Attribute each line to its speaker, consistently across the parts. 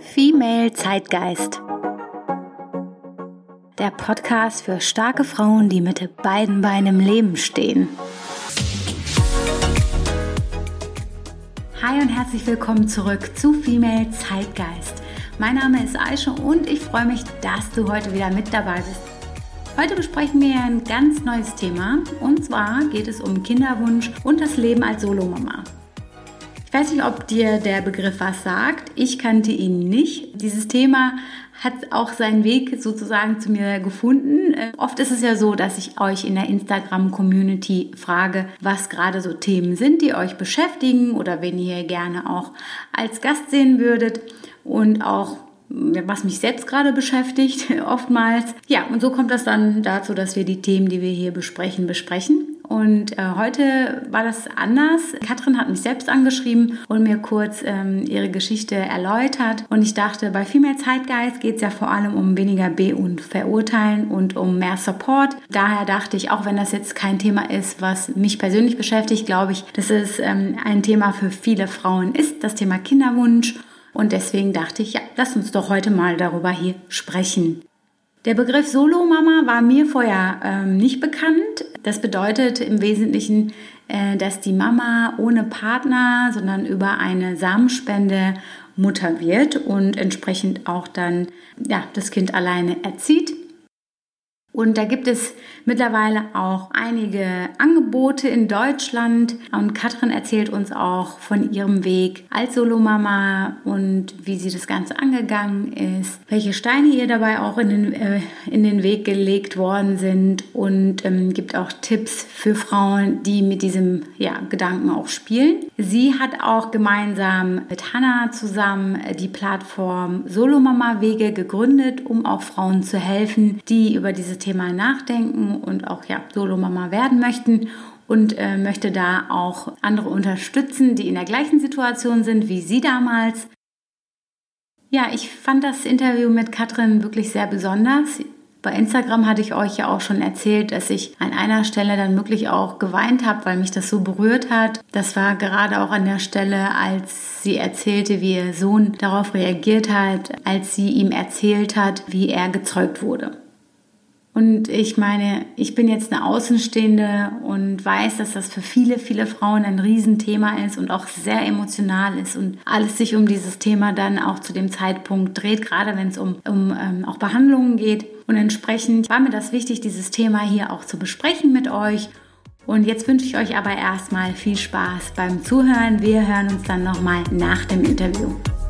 Speaker 1: Female Zeitgeist. Der Podcast für starke Frauen, die mit beiden Beinen im Leben stehen. Hi und herzlich willkommen zurück zu Female Zeitgeist. Mein Name ist Aisha und ich freue mich, dass du heute wieder mit dabei bist. Heute besprechen wir ein ganz neues Thema und zwar geht es um Kinderwunsch und das Leben als Solomama. Ich weiß nicht, ob dir der Begriff was sagt. Ich kannte ihn nicht. Dieses Thema hat auch seinen Weg sozusagen zu mir gefunden. Oft ist es ja so, dass ich euch in der Instagram-Community frage, was gerade so Themen sind, die euch beschäftigen oder wen ihr gerne auch als Gast sehen würdet und auch was mich selbst gerade beschäftigt, oftmals. Ja, und so kommt das dann dazu, dass wir die Themen, die wir hier besprechen. Und heute war das anders. Katrin hat mich selbst angeschrieben und mir kurz ihre Geschichte erläutert. Und ich dachte, bei Female Zeitgeist geht es ja vor allem um weniger Be- und Verurteilen und um mehr Support. Daher dachte ich, auch wenn das jetzt kein Thema ist, was mich persönlich beschäftigt, glaube ich, dass es ein Thema für viele Frauen ist, das Thema Kinderwunsch. Und deswegen dachte ich, ja, lass uns doch heute mal darüber hier sprechen. Der Begriff Solomama war mir vorher nicht bekannt. Das bedeutet im Wesentlichen, dass die Mama ohne Partner, sondern über eine Samenspende Mutter wird und entsprechend auch dann das Kind alleine erzieht. Und da gibt es mittlerweile auch einige Angebote in Deutschland. Und Katrin erzählt uns auch von ihrem Weg als Solomama und wie sie das Ganze angegangen ist, welche Steine ihr dabei auch in den Weg gelegt worden sind und gibt auch Tipps für Frauen, die mit diesem Gedanken auch spielen. Sie hat auch gemeinsam mit Hannah zusammen die Plattform Solomama Wege gegründet, um auch Frauen zu helfen, die über dieses Thema nachdenken und auch Solomama werden möchten und möchte da auch andere unterstützen, die in der gleichen Situation sind wie sie damals. Ja, ich fand das Interview mit Katrin wirklich sehr besonders. Bei Instagram hatte ich euch ja auch schon erzählt, dass ich an einer Stelle dann wirklich auch geweint habe, weil mich das so berührt hat. Das war gerade auch an der Stelle, als sie erzählte, wie ihr Sohn darauf reagiert hat, als sie ihm erzählt hat, wie er gezeugt wurde. Und ich meine, ich bin jetzt eine Außenstehende und weiß, dass das für viele, viele Frauen ein Riesenthema ist und auch sehr emotional ist und alles sich um dieses Thema dann auch zu dem Zeitpunkt dreht, gerade wenn es um auch Behandlungen geht. Und entsprechend war mir das wichtig, dieses Thema hier auch zu besprechen mit euch. Und jetzt wünsche ich euch aber erstmal viel Spaß beim Zuhören. Wir hören uns dann nochmal nach dem Interview.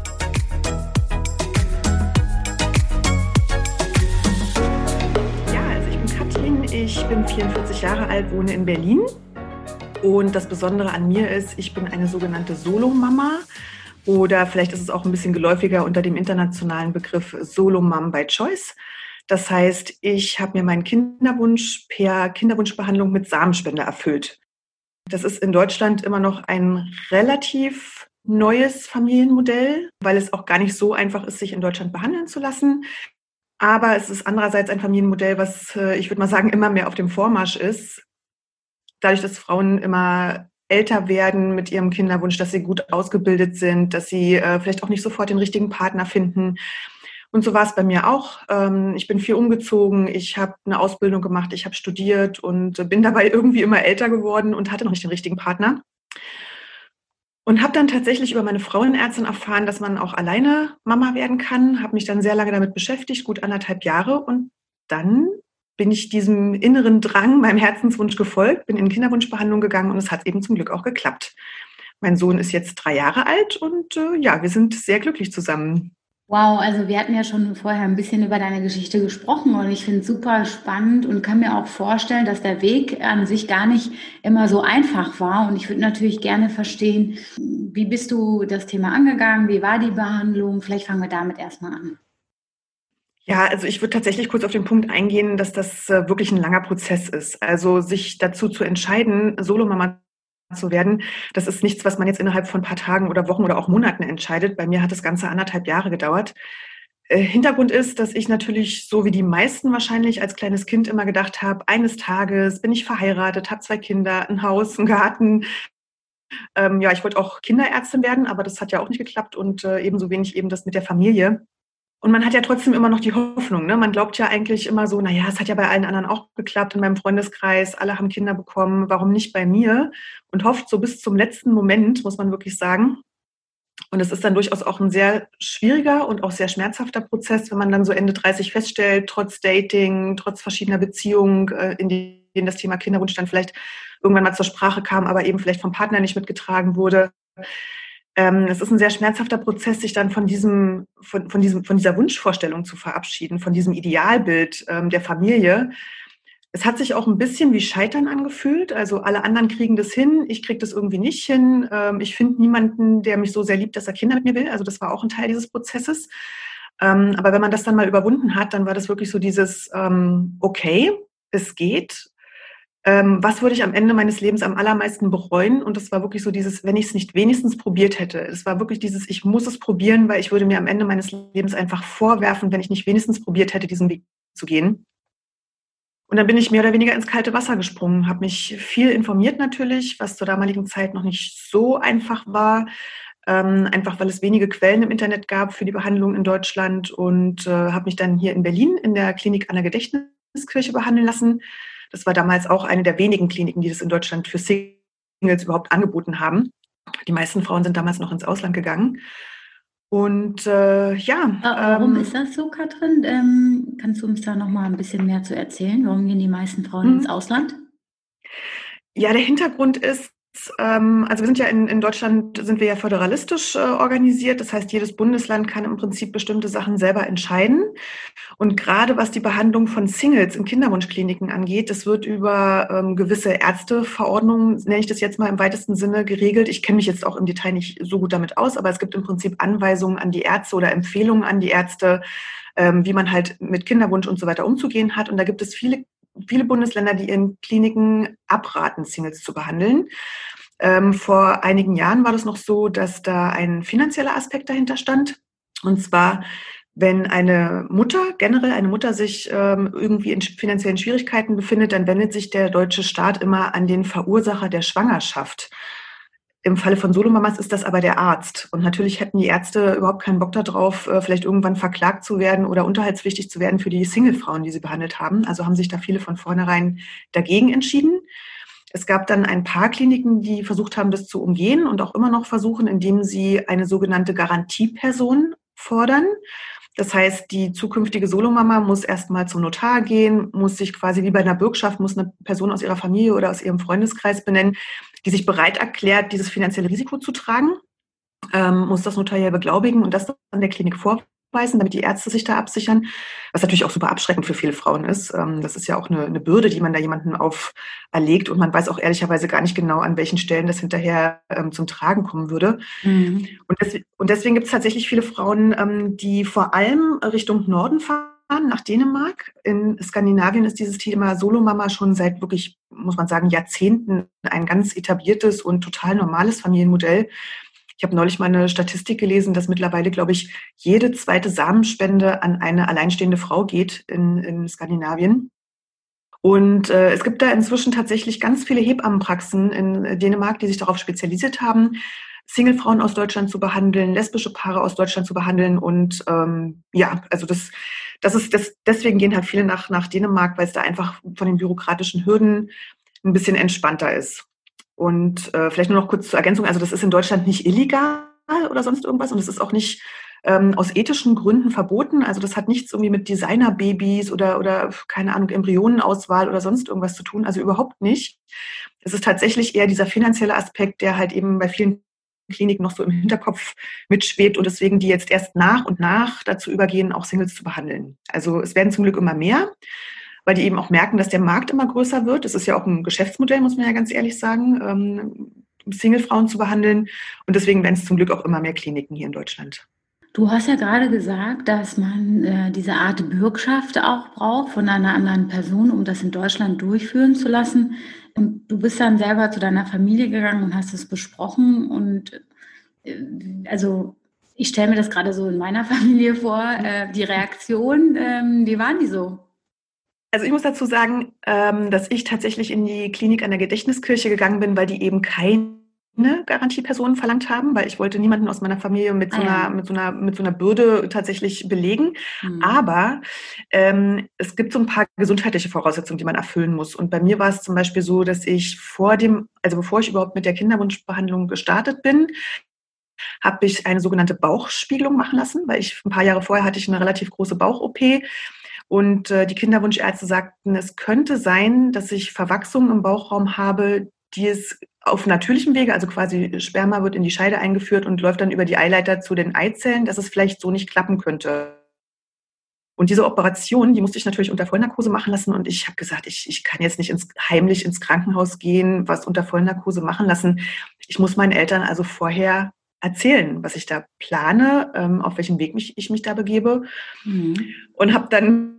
Speaker 2: Ich bin 44 Jahre alt, wohne in Berlin und das Besondere an mir ist, ich bin eine sogenannte Solomama oder vielleicht ist es auch ein bisschen geläufiger unter dem internationalen Begriff Solomom by Choice. Das heißt, ich habe mir meinen Kinderwunsch per Kinderwunschbehandlung mit Samenspende erfüllt. Das ist in Deutschland immer noch ein relativ neues Familienmodell, weil es auch gar nicht so einfach ist, sich in Deutschland behandeln zu lassen. Aber es ist andererseits ein Familienmodell, was, ich würde mal sagen, immer mehr auf dem Vormarsch ist. Dadurch, dass Frauen immer älter werden mit ihrem Kinderwunsch, dass sie gut ausgebildet sind, dass sie vielleicht auch nicht sofort den richtigen Partner finden. Und so war es bei mir auch. Ich bin viel umgezogen, ich habe eine Ausbildung gemacht, ich habe studiert und bin dabei irgendwie immer älter geworden und hatte noch nicht den richtigen Partner. Und habe dann tatsächlich über meine Frauenärztin erfahren, dass man auch alleine Mama werden kann. Habe mich dann sehr lange damit beschäftigt, gut 1,5 Jahre. Und dann bin ich diesem inneren Drang, meinem Herzenswunsch gefolgt, bin in Kinderwunschbehandlung gegangen und es hat eben zum Glück auch geklappt. Mein Sohn ist jetzt 3 Jahre alt und wir sind sehr glücklich zusammen.
Speaker 1: Wow, also wir hatten ja schon vorher ein bisschen über deine Geschichte gesprochen und ich finde es super spannend und kann mir auch vorstellen, dass der Weg an sich gar nicht immer so einfach war. Und ich würde natürlich gerne verstehen, wie bist du das Thema angegangen? Wie war die Behandlung? Vielleicht fangen wir damit erstmal an.
Speaker 2: Ja, also ich würde tatsächlich kurz auf den Punkt eingehen, dass das wirklich ein langer Prozess ist. Also sich dazu zu entscheiden, Solomama zu werden, das ist nichts, was man jetzt innerhalb von ein paar Tagen oder Wochen oder auch Monaten entscheidet. Bei mir hat das Ganze 1,5 Jahre gedauert. Hintergrund ist, dass ich natürlich, so wie die meisten wahrscheinlich, als kleines Kind immer gedacht habe, eines Tages bin ich verheiratet, habe 2 Kinder, ein Haus, einen Garten, Ja, ich wollte auch Kinderärztin werden, aber das hat ja auch nicht geklappt und ebenso wenig eben das mit der Familie. Und man hat ja trotzdem immer noch die Hoffnung, ne? Man glaubt ja eigentlich immer so, naja, es hat ja bei allen anderen auch geklappt in meinem Freundeskreis, alle haben Kinder bekommen, warum nicht bei mir? Und hofft so bis zum letzten Moment, muss man wirklich sagen. Und es ist dann durchaus auch ein sehr schwieriger und auch sehr schmerzhafter Prozess, wenn man dann so Ende 30 feststellt, trotz Dating, trotz verschiedener Beziehungen, in denen das Thema Kinderwunsch dann vielleicht irgendwann mal zur Sprache kam, aber eben vielleicht vom Partner nicht mitgetragen wurde. Es ist ein sehr schmerzhafter Prozess, sich dann von dieser Wunschvorstellung zu verabschieden, von diesem Idealbild der Familie. Es hat sich auch ein bisschen wie Scheitern angefühlt. Also alle anderen kriegen das hin, ich kriege das irgendwie nicht hin. Ich finde niemanden, der mich so sehr liebt, dass er Kinder mit mir will. Also das war auch ein Teil dieses Prozesses. Aber wenn man das dann mal überwunden hat, dann war das wirklich so dieses, okay, es geht. Was würde ich am Ende meines Lebens am allermeisten bereuen? Und das war wirklich so dieses, wenn ich es nicht wenigstens probiert hätte. Es war wirklich dieses, ich muss es probieren, weil ich würde mir am Ende meines Lebens einfach vorwerfen, wenn ich nicht wenigstens probiert hätte, diesen Weg zu gehen. Und dann bin ich mehr oder weniger ins kalte Wasser gesprungen, habe mich viel informiert natürlich, was zur damaligen Zeit noch nicht so einfach war, einfach weil es wenige Quellen im Internet gab für die Behandlung in Deutschland und habe mich dann hier in Berlin in der Klinik an der Gedächtniskirche behandeln lassen. Das war damals auch eine der wenigen Kliniken, die das in Deutschland für Singles überhaupt angeboten haben. Die meisten Frauen sind damals noch ins Ausland gegangen. Und ja.
Speaker 1: Warum ist das so, Katrin? Kannst du uns da noch mal ein bisschen mehr zu erzählen? Warum gehen die meisten Frauen ins Ausland?
Speaker 2: Ja, der Hintergrund ist, also wir sind ja in Deutschland sind wir ja föderalistisch organisiert. Das heißt, jedes Bundesland kann im Prinzip bestimmte Sachen selber entscheiden. Und gerade was die Behandlung von Singles in Kinderwunschkliniken angeht, das wird über gewisse Ärzteverordnungen, nenne ich das jetzt mal im weitesten Sinne, geregelt. Ich kenne mich jetzt auch im Detail nicht so gut damit aus, aber es gibt im Prinzip Anweisungen an die Ärzte oder Empfehlungen an die Ärzte, wie man halt mit Kinderwunsch und so weiter umzugehen hat. Und da gibt es viele Bundesländer, die in Kliniken abraten, Singles zu behandeln. Vor einigen Jahren war das noch so, dass da ein finanzieller Aspekt dahinter stand. Und zwar, wenn generell eine Mutter sich irgendwie in finanziellen Schwierigkeiten befindet, dann wendet sich der deutsche Staat immer an den Verursacher der Schwangerschaft. Im Falle von Solomamas ist das aber der Arzt. Und natürlich hätten die Ärzte überhaupt keinen Bock darauf, vielleicht irgendwann verklagt zu werden oder unterhaltspflichtig zu werden für die Single-Frauen, die sie behandelt haben. Also haben sich da viele von vornherein dagegen entschieden. Es gab dann ein paar Kliniken, die versucht haben, das zu umgehen und auch immer noch versuchen, indem sie eine sogenannte Garantieperson fordern. Das heißt, die zukünftige Solomama muss erstmal zum Notar gehen, muss sich quasi wie bei einer Bürgschaft, muss eine Person aus ihrer Familie oder aus ihrem Freundeskreis benennen, die sich bereit erklärt, dieses finanzielle Risiko zu tragen, muss das notariell beglaubigen und das dann der Klinik vorweisen, damit die Ärzte sich da absichern, was natürlich auch super abschreckend für viele Frauen ist. Das ist ja auch eine Bürde, die man da jemanden auferlegt und man weiß auch ehrlicherweise gar nicht genau, an welchen Stellen das hinterher zum Tragen kommen würde.
Speaker 1: Mhm.
Speaker 2: Und deswegen gibt es tatsächlich viele Frauen, die vor allem Richtung Norden fahren, nach Dänemark. In Skandinavien ist dieses Thema Solomama schon seit wirklich, muss man sagen, Jahrzehnten ein ganz etabliertes und total normales Familienmodell. Ich habe neulich mal eine Statistik gelesen, dass mittlerweile, glaube ich, jede zweite Samenspende an eine alleinstehende Frau geht in Skandinavien. Und es gibt da inzwischen tatsächlich ganz viele Hebammenpraxen in Dänemark, die sich darauf spezialisiert haben, Singlefrauen aus Deutschland zu behandeln, lesbische Paare aus Deutschland zu behandeln. Und ja, also deswegen gehen halt viele nach Dänemark, weil es da einfach von den bürokratischen Hürden ein bisschen entspannter ist. Und vielleicht nur noch kurz zur Ergänzung, also das ist in Deutschland nicht illegal oder sonst irgendwas und es ist auch nicht aus ethischen Gründen verboten. Also das hat nichts irgendwie mit Designerbabys oder keine Ahnung, Embryonenauswahl oder sonst irgendwas zu tun. Also überhaupt nicht. Es ist tatsächlich eher dieser finanzielle Aspekt, der halt eben bei vielen Kliniken noch so im Hinterkopf mitschwebt und deswegen die jetzt erst nach und nach dazu übergehen, auch Singles zu behandeln. Also es werden zum Glück immer mehr, weil die eben auch merken, dass der Markt immer größer wird. Das ist ja auch ein Geschäftsmodell, muss man ja ganz ehrlich sagen, Singlefrauen zu behandeln. Und deswegen werden es zum Glück auch immer mehr Kliniken hier in Deutschland.
Speaker 1: Du hast ja gerade gesagt, dass man diese Art Bürgschaft auch braucht von einer anderen Person, um das in Deutschland durchführen zu lassen. Und du bist dann selber zu deiner Familie gegangen und hast es besprochen. Und also ich stelle mir das gerade so in meiner Familie vor. Die Reaktion, wie waren die so?
Speaker 2: Also ich muss dazu sagen, dass ich tatsächlich in die Klinik an der Gedächtniskirche gegangen bin, weil die eben keine Garantiepersonen verlangt haben, weil ich wollte niemanden aus meiner Familie mit so einer Bürde tatsächlich belegen. Aber es gibt so ein paar gesundheitliche Voraussetzungen, die man erfüllen muss. Und bei mir war es zum Beispiel so, dass ich bevor ich überhaupt mit der Kinderwunschbehandlung gestartet bin, habe ich eine sogenannte Bauchspiegelung machen lassen, weil ein paar Jahre vorher hatte ich eine relativ große Bauch-OP. Und die Kinderwunschärzte sagten, es könnte sein, dass ich Verwachsungen im Bauchraum habe, die es auf natürlichem Wege, also quasi Sperma wird in die Scheide eingeführt und läuft dann über die Eileiter zu den Eizellen, dass es vielleicht so nicht klappen könnte. Und diese Operation, die musste ich natürlich unter Vollnarkose machen lassen. Und ich habe gesagt, ich kann jetzt nicht heimlich ins Krankenhaus gehen, was unter Vollnarkose machen lassen. Ich muss meinen Eltern also vorher erzählen, was ich da plane, auf welchem Weg ich mich da begebe. Und habe dann,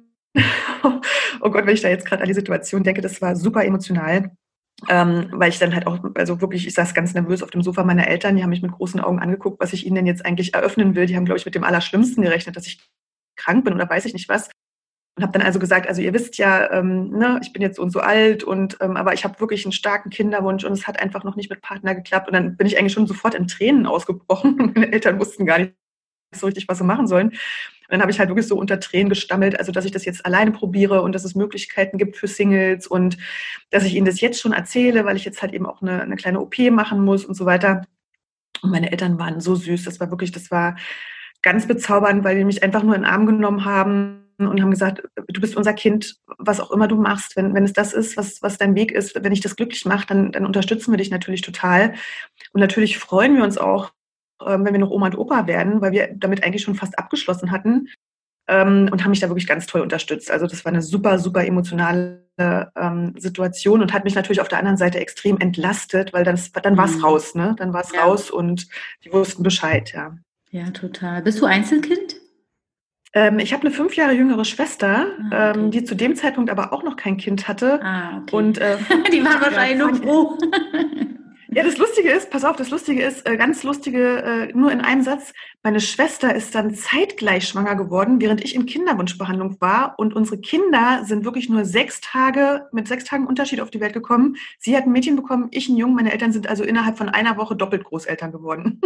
Speaker 2: oh Gott, wenn ich da jetzt gerade an die Situation denke, das war super emotional. Weil ich dann halt auch, also wirklich, ich saß ganz nervös auf dem Sofa meiner Eltern, die haben mich mit großen Augen angeguckt, was ich ihnen denn jetzt eigentlich eröffnen will. Die haben, glaube ich, mit dem Allerschlimmsten gerechnet, dass ich krank bin oder weiß ich nicht was. Und habe dann also gesagt, also ihr wisst ja, ich bin jetzt so und so alt, aber ich habe wirklich einen starken Kinderwunsch und es hat einfach noch nicht mit Partner geklappt. Und dann bin ich eigentlich schon sofort in Tränen ausgebrochen. Meine Eltern wussten gar nicht so richtig, was sie machen sollen. Und dann habe ich halt wirklich so unter Tränen gestammelt, also dass ich das jetzt alleine probiere und dass es Möglichkeiten gibt für Singles und dass ich ihnen das jetzt schon erzähle, weil ich jetzt halt eben auch eine kleine OP machen muss und so weiter. Und meine Eltern waren so süß, das war ganz bezaubernd, weil die mich einfach nur in den Arm genommen haben und haben gesagt, du bist unser Kind, was auch immer du machst, wenn es das ist, was dein Weg ist, wenn dich das glücklich macht, dann unterstützen wir dich natürlich total. Und natürlich freuen wir uns auch, wenn wir noch Oma und Opa werden, weil wir damit eigentlich schon fast abgeschlossen hatten und haben mich da wirklich ganz toll unterstützt. Also das war eine super, super emotionale Situation und hat mich natürlich auf der anderen Seite extrem entlastet, weil dann war es raus, ne? Dann war es raus und die wussten Bescheid, ja.
Speaker 1: Ja, total. Bist du Einzelkind?
Speaker 2: Ich habe eine 5 Jahre jüngere Schwester,
Speaker 1: okay.
Speaker 2: die zu dem Zeitpunkt aber auch noch kein Kind hatte.
Speaker 1: Okay.
Speaker 2: Und,
Speaker 1: die waren wahrscheinlich nur froh.
Speaker 2: Ja, das Lustige ist, ganz lustige, nur in einem Satz, meine Schwester ist dann zeitgleich schwanger geworden, während ich in Kinderwunschbehandlung war. Und unsere Kinder sind wirklich nur mit 6 Tagen Unterschied auf die Welt gekommen. Sie hat ein Mädchen bekommen, ich einen Jungen. Meine Eltern sind also innerhalb von einer Woche doppelt Großeltern geworden.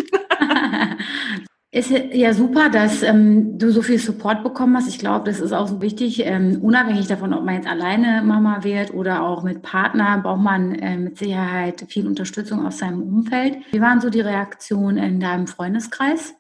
Speaker 1: Ist ja super, dass du so viel Support bekommen hast. Ich glaube, das ist auch so wichtig, unabhängig davon, ob man jetzt alleine Mama wird oder auch mit Partner, braucht man mit Sicherheit viel Unterstützung aus seinem Umfeld. Wie waren so die Reaktionen in deinem Freundeskreis?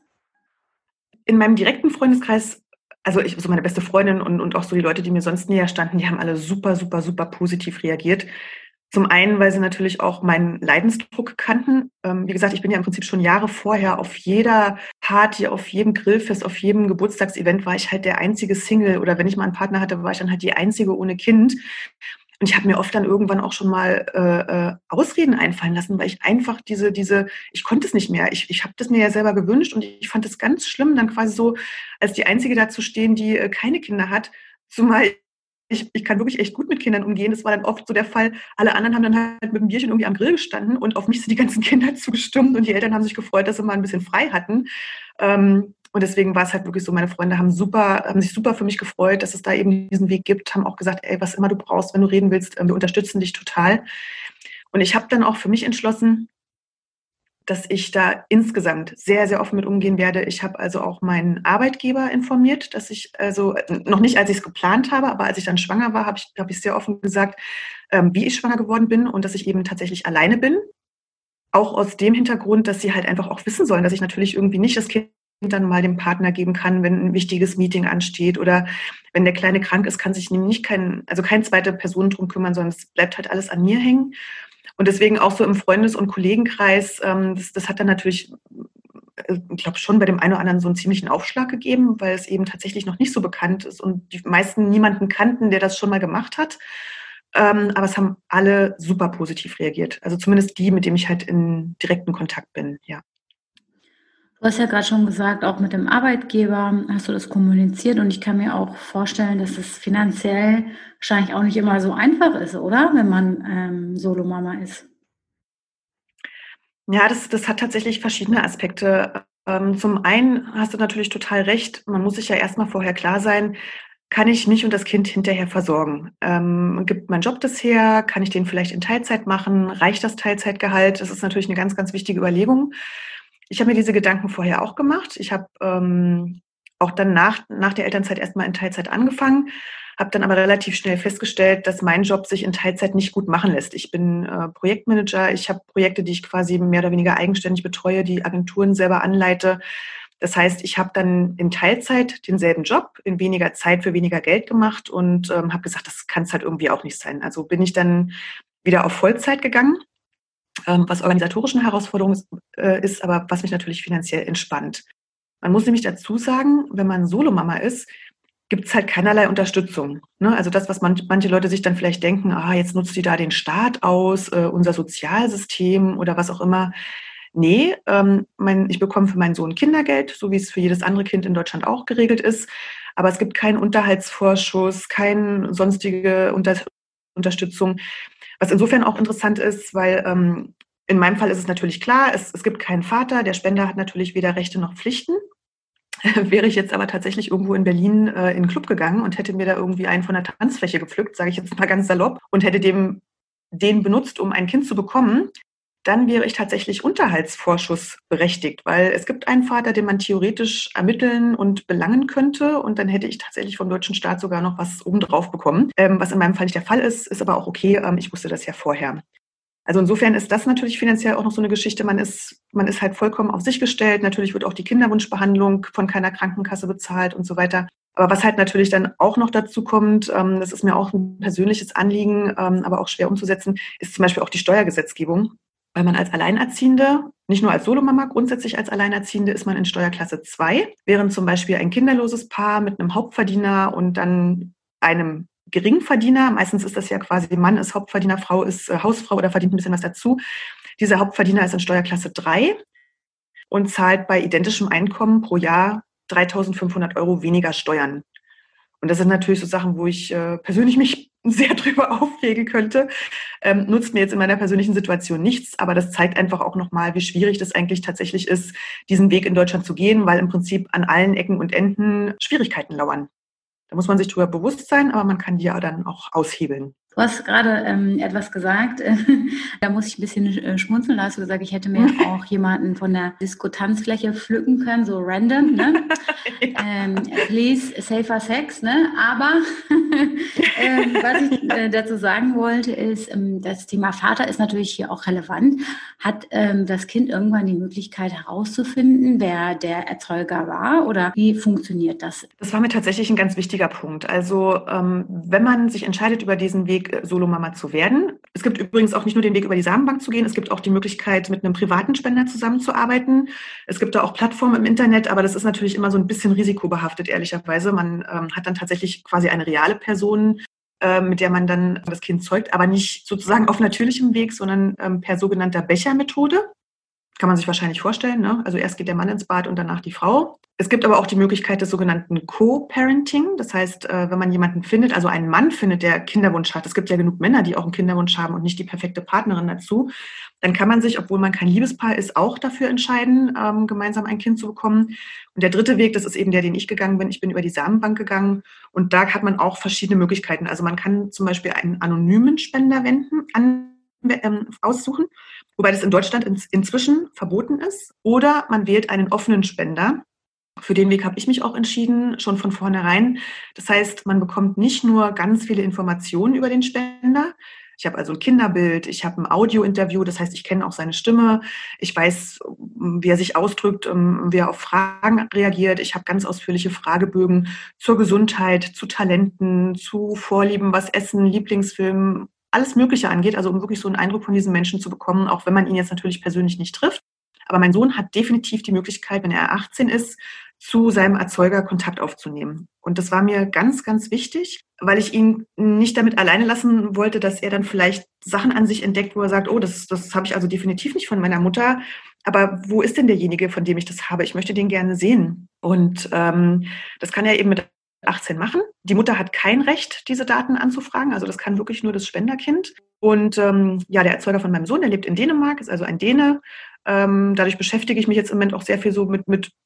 Speaker 2: In meinem direkten Freundeskreis, also so meine beste Freundin und auch so die Leute, die mir sonst näher standen, die haben alle super, super, super positiv reagiert. Zum einen, weil sie natürlich auch meinen Leidensdruck kannten. Wie gesagt, ich bin ja im Prinzip schon Jahre vorher auf jeder Party, auf jedem Grillfest, auf jedem Geburtstagsevent war ich halt der einzige Single oder wenn ich mal einen Partner hatte, war ich dann halt die einzige ohne Kind. Und ich habe mir oft dann irgendwann auch schon mal Ausreden einfallen lassen, weil ich einfach ich konnte es nicht mehr. Ich habe das mir ja selber gewünscht und ich fand es ganz schlimm, dann quasi so als die Einzige da zu stehen, die keine Kinder hat, zumal ich kann wirklich echt gut mit Kindern umgehen. Das war dann oft so der Fall. Alle anderen haben dann halt mit dem Bierchen irgendwie am Grill gestanden und auf mich sind die ganzen Kinder zugestürmt und die Eltern haben sich gefreut, dass sie mal ein bisschen frei hatten. Und deswegen war es halt wirklich so, meine Freunde haben sich super für mich gefreut, dass es da eben diesen Weg gibt, haben auch gesagt, ey, was immer du brauchst, wenn du reden willst, wir unterstützen dich total. Und ich habe dann auch für mich entschlossen, dass ich da insgesamt sehr, sehr offen mit umgehen werde. Ich habe also auch meinen Arbeitgeber informiert, dass ich also noch nicht, als ich es geplant habe, aber als ich dann schwanger war, habe ich sehr offen gesagt, wie ich schwanger geworden bin und dass ich eben tatsächlich alleine bin. Auch aus dem Hintergrund, dass sie halt einfach auch wissen sollen, dass ich natürlich irgendwie nicht das Kind dann mal dem Partner geben kann, wenn ein wichtiges Meeting ansteht oder wenn der Kleine krank ist, kann sich nämlich keine zweite Person drum kümmern, sondern es bleibt halt alles an mir hängen. Und deswegen auch so im Freundes- und Kollegenkreis, das hat dann natürlich, ich glaube, schon bei dem einen oder anderen so einen ziemlichen Aufschlag gegeben, weil es eben tatsächlich noch nicht so bekannt ist und die meisten niemanden kannten, der das schon mal gemacht hat. Aber es haben alle super positiv reagiert. Also zumindest die, mit denen ich halt in direkten Kontakt bin, ja.
Speaker 1: Du hast ja gerade schon gesagt, auch mit dem Arbeitgeber hast du das kommuniziert und ich kann mir auch vorstellen, dass es finanziell wahrscheinlich auch nicht immer so einfach ist, oder? Wenn man Solomama ist.
Speaker 2: Ja, das hat tatsächlich verschiedene Aspekte. Zum einen hast du natürlich total recht, man muss sich ja erstmal vorher klar sein, kann ich mich und das Kind hinterher versorgen? Gibt mein Job das her? Kann ich den vielleicht in Teilzeit machen? Reicht das Teilzeitgehalt? Das ist natürlich eine ganz, ganz wichtige Überlegung. Ich habe mir diese Gedanken vorher auch gemacht. Ich habe auch dann nach der Elternzeit erstmal in Teilzeit angefangen, habe dann aber relativ schnell festgestellt, dass mein Job sich in Teilzeit nicht gut machen lässt. Ich bin Projektmanager. Ich habe Projekte, die ich quasi mehr oder weniger eigenständig betreue, die Agenturen selber anleite. Das heißt, ich habe dann in Teilzeit denselben Job, in weniger Zeit für weniger Geld gemacht und habe gesagt, das kann es halt irgendwie auch nicht sein. Also bin ich dann wieder auf Vollzeit gegangen, was organisatorischen Herausforderungen ist, aber was mich natürlich finanziell entspannt. Man muss nämlich dazu sagen, wenn man Solomama ist, gibt es halt keinerlei Unterstützung. Ne? Also das, was manche Leute sich dann vielleicht denken, jetzt nutzt die da den Staat aus, unser Sozialsystem oder was auch immer. Nee, ich bekomme für meinen Sohn Kindergeld, so wie es für jedes andere Kind in Deutschland auch geregelt ist. Aber es gibt keinen Unterhaltsvorschuss, keine sonstige Unterstützung. Was insofern auch interessant ist, weil in meinem Fall ist es natürlich klar, es gibt keinen Vater. Der Spender hat natürlich weder Rechte noch Pflichten. Wäre ich jetzt aber tatsächlich irgendwo in Berlin in einen Club gegangen und hätte mir da irgendwie einen von der Tanzfläche gepflückt, sage ich jetzt mal ganz salopp, und hätte den benutzt, um ein Kind zu bekommen, dann wäre ich tatsächlich Unterhaltsvorschuss berechtigt, weil es gibt einen Vater, den man theoretisch ermitteln und belangen könnte, und dann hätte ich tatsächlich vom deutschen Staat sogar noch was obendrauf bekommen. Was in meinem Fall nicht der Fall ist, ist aber auch okay. Ich wusste das ja vorher. Also insofern ist das natürlich finanziell auch noch so eine Geschichte. Man ist halt vollkommen auf sich gestellt. Natürlich wird auch die Kinderwunschbehandlung von keiner Krankenkasse bezahlt und so weiter. Aber was halt natürlich dann auch noch dazu kommt, das ist mir auch ein persönliches Anliegen, aber auch schwer umzusetzen, ist zum Beispiel auch die Steuergesetzgebung. Weil man als Alleinerziehende, nicht nur als Solomama, grundsätzlich als Alleinerziehende ist man in Steuerklasse 2, während zum Beispiel ein kinderloses Paar mit einem Hauptverdiener und dann einem Geringverdiener, meistens ist das ja quasi, Mann ist Hauptverdiener, Frau ist Hausfrau oder verdient ein bisschen was dazu. Dieser Hauptverdiener ist in Steuerklasse 3 und zahlt bei identischem Einkommen pro Jahr 3.500 € weniger Steuern. Und das sind natürlich so Sachen, wo ich persönlich mich sehr drüber aufregen könnte. Nutzt mir jetzt in meiner persönlichen Situation nichts, aber das zeigt einfach auch nochmal, wie schwierig das eigentlich tatsächlich ist, diesen Weg in Deutschland zu gehen, weil im Prinzip an allen Ecken und Enden Schwierigkeiten lauern. Da muss man sich drüber bewusst sein, aber man kann die ja dann auch aushebeln.
Speaker 1: Du hast gerade etwas gesagt, da muss ich ein bisschen schmunzeln. Da hast du gesagt, ich hätte mir auch jemanden von der Diskotanzfläche pflücken können, so random, ne? Ja. Please, safer sex, ne? Aber was ich dazu sagen wollte, ist, das Thema Vater ist natürlich hier auch relevant. Hat das Kind irgendwann die Möglichkeit herauszufinden, wer der Erzeuger war, oder wie funktioniert das?
Speaker 2: Das war mir tatsächlich ein ganz wichtiger Punkt. Also wenn man sich entscheidet, über diesen Weg Solomama zu werden. Es gibt übrigens auch nicht nur den Weg, über die Samenbank zu gehen, es gibt auch die Möglichkeit, mit einem privaten Spender zusammenzuarbeiten. Es gibt da auch Plattformen im Internet, aber das ist natürlich immer so ein bisschen risikobehaftet, ehrlicherweise. Man hat dann tatsächlich quasi eine reale Person, mit der man dann das Kind zeugt, aber nicht sozusagen auf natürlichem Weg, sondern per sogenannter Bechermethode. Kann man sich wahrscheinlich vorstellen, ne? Also erst geht der Mann ins Bad und danach die Frau. Es gibt aber auch die Möglichkeit des sogenannten Co-Parenting. Das heißt, wenn man jemanden findet, also einen Mann findet, der Kinderwunsch hat, es gibt ja genug Männer, die auch einen Kinderwunsch haben und nicht die perfekte Partnerin dazu, dann kann man sich, obwohl man kein Liebespaar ist, auch dafür entscheiden, gemeinsam ein Kind zu bekommen. Und der dritte Weg, das ist eben der, den ich gegangen bin. Ich bin über die Samenbank gegangen und da hat man auch verschiedene Möglichkeiten. Also man kann zum Beispiel einen anonymen Spender aussuchen, wobei das in Deutschland inzwischen verboten ist. Oder man wählt einen offenen Spender. Für den Weg habe ich mich auch entschieden, schon von vornherein. Das heißt, man bekommt nicht nur ganz viele Informationen über den Spender. Ich habe also ein Kinderbild, ich habe ein Audio-Interview, das heißt, ich kenne auch seine Stimme. Ich weiß, wie er sich ausdrückt, wie er auf Fragen reagiert. Ich habe ganz ausführliche Fragebögen zur Gesundheit, zu Talenten, zu Vorlieben, was Essen, Lieblingsfilm, alles Mögliche angeht. Also um wirklich so einen Eindruck von diesem Menschen zu bekommen, auch wenn man ihn jetzt natürlich persönlich nicht trifft. Aber mein Sohn hat definitiv die Möglichkeit, wenn er 18 ist, zu seinem Erzeuger Kontakt aufzunehmen. Und das war mir ganz, ganz wichtig, weil ich ihn nicht damit alleine lassen wollte, dass er dann vielleicht Sachen an sich entdeckt, wo er sagt, oh, das habe ich also definitiv nicht von meiner Mutter. Aber wo ist denn derjenige, von dem ich das habe? Ich möchte den gerne sehen. Und das kann er eben mit 18 machen. Die Mutter hat kein Recht, diese Daten anzufragen. Also das kann wirklich nur das Spenderkind. Und der Erzeuger von meinem Sohn, der lebt in Dänemark, ist also ein Däne. Dadurch beschäftige ich mich jetzt im Moment auch sehr viel so mit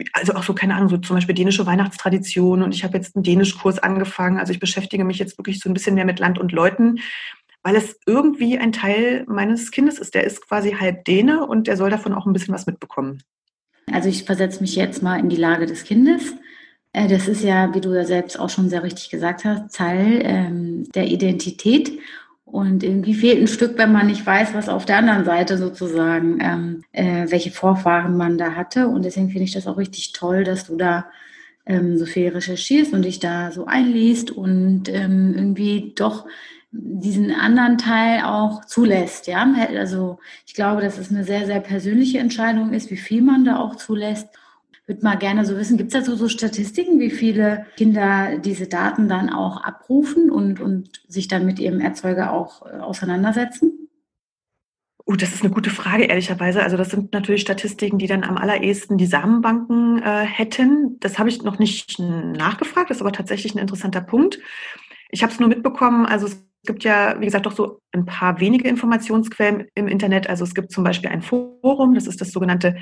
Speaker 2: also auch so, keine Ahnung, so zum Beispiel dänische Weihnachtstradition und ich habe jetzt einen Dänischkurs angefangen. Also ich beschäftige mich jetzt wirklich so ein bisschen mehr mit Land und Leuten, weil es irgendwie ein Teil meines Kindes ist. Der ist quasi halb Däne und der soll davon auch ein bisschen was mitbekommen.
Speaker 1: Also ich versetze mich jetzt mal in die Lage des Kindes. Das ist ja, wie du ja selbst auch schon sehr richtig gesagt hast, Teil der Identität. Und irgendwie fehlt ein Stück, wenn man nicht weiß, was auf der anderen Seite sozusagen, welche Vorfahren man da hatte. Und deswegen finde ich das auch richtig toll, dass du da so viel recherchierst und dich da so einliest und irgendwie doch diesen anderen Teil auch zulässt. Ja? Also ich glaube, dass es eine sehr, sehr persönliche Entscheidung ist, wie viel man da auch zulässt. Ich würde mal gerne so wissen, gibt es dazu so Statistiken, wie viele Kinder diese Daten dann auch abrufen und sich dann mit ihrem Erzeuger auch auseinandersetzen?
Speaker 2: Das ist eine gute Frage, ehrlicherweise. Also das sind natürlich Statistiken, die dann am allerersten die Samenbanken hätten. Das habe ich noch nicht nachgefragt, das ist aber tatsächlich ein interessanter Punkt. Ich habe es nur mitbekommen, also es gibt ja, wie gesagt, doch so ein paar wenige Informationsquellen im Internet. Also es gibt zum Beispiel ein Forum, das ist das sogenannte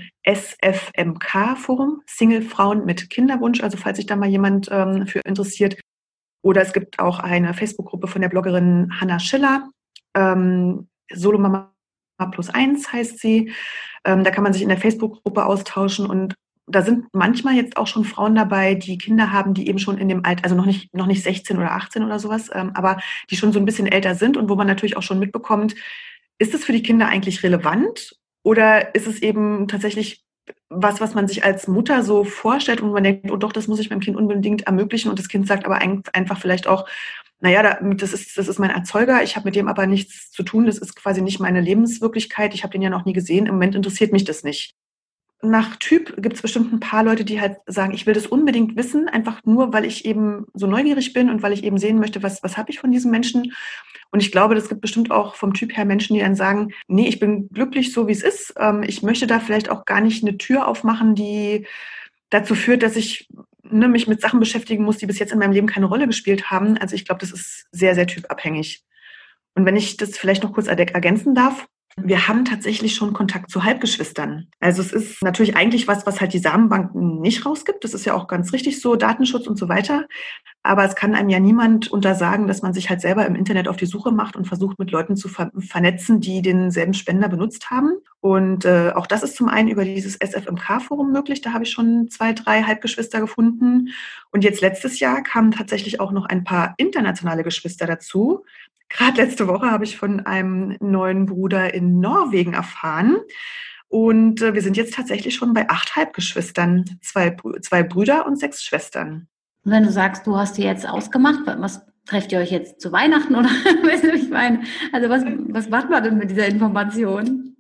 Speaker 2: SFMK-Forum, Single Frauen mit Kinderwunsch, also falls sich da mal jemand für interessiert. Oder es gibt auch eine Facebook-Gruppe von der Bloggerin Hanna Schiller, Solomama +1 heißt sie. Da kann man sich in der Facebook-Gruppe austauschen und da sind manchmal jetzt auch schon Frauen dabei, die Kinder haben, die eben schon in dem Alter, also noch nicht 16 oder 18 oder sowas, aber die schon so ein bisschen älter sind und wo man natürlich auch schon mitbekommt, ist es für die Kinder eigentlich relevant oder ist es eben tatsächlich was man sich als Mutter so vorstellt und man denkt, oh doch, das muss ich meinem Kind unbedingt ermöglichen und das Kind sagt aber einfach vielleicht auch, naja, das ist mein Erzeuger, ich habe mit dem aber nichts zu tun, das ist quasi nicht meine Lebenswirklichkeit, ich habe den ja noch nie gesehen, im Moment interessiert mich das nicht. Nach Typ gibt es bestimmt ein paar Leute, die halt sagen, ich will das unbedingt wissen, einfach nur, weil ich eben so neugierig bin und weil ich eben sehen möchte, was habe ich von diesem Menschen. Und ich glaube, das gibt bestimmt auch vom Typ her Menschen, die dann sagen, nee, ich bin glücklich so, wie es ist. Ich möchte da vielleicht auch gar nicht eine Tür aufmachen, die dazu führt, dass ich mich mit Sachen beschäftigen muss, die bis jetzt in meinem Leben keine Rolle gespielt haben. Also ich glaube, das ist sehr, sehr typabhängig. Und wenn ich das vielleicht noch kurz ergänzen darf, wir haben tatsächlich schon Kontakt zu Halbgeschwistern. Also es ist natürlich eigentlich was halt die Samenbanken nicht rausgibt. Das ist ja auch ganz richtig so, Datenschutz und so weiter. Aber es kann einem ja niemand untersagen, dass man sich halt selber im Internet auf die Suche macht und versucht, mit Leuten zu vernetzen, die denselben Spender benutzt haben. Und auch das ist zum einen über dieses SFMK-Forum möglich. Da habe ich schon 2, 3 Halbgeschwister gefunden. Und jetzt letztes Jahr kamen tatsächlich auch noch ein paar internationale Geschwister dazu. Gerade letzte Woche habe ich von einem neuen Bruder in Norwegen erfahren. Und wir sind jetzt tatsächlich schon bei 8 Halbgeschwistern. 2 Brüder und 6 Schwestern.
Speaker 1: Und wenn du sagst, du hast die jetzt ausgemacht, was trefft ihr euch jetzt zu Weihnachten oder weißt du, ich meine, also was macht man denn mit dieser Information?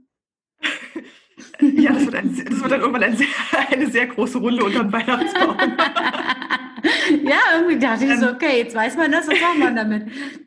Speaker 2: Ja, das wird dann irgendwann eine sehr große Runde unterm Weihnachtsbaum.
Speaker 1: Ja, irgendwie dachte ich so, okay, jetzt weiß man das, was macht man damit?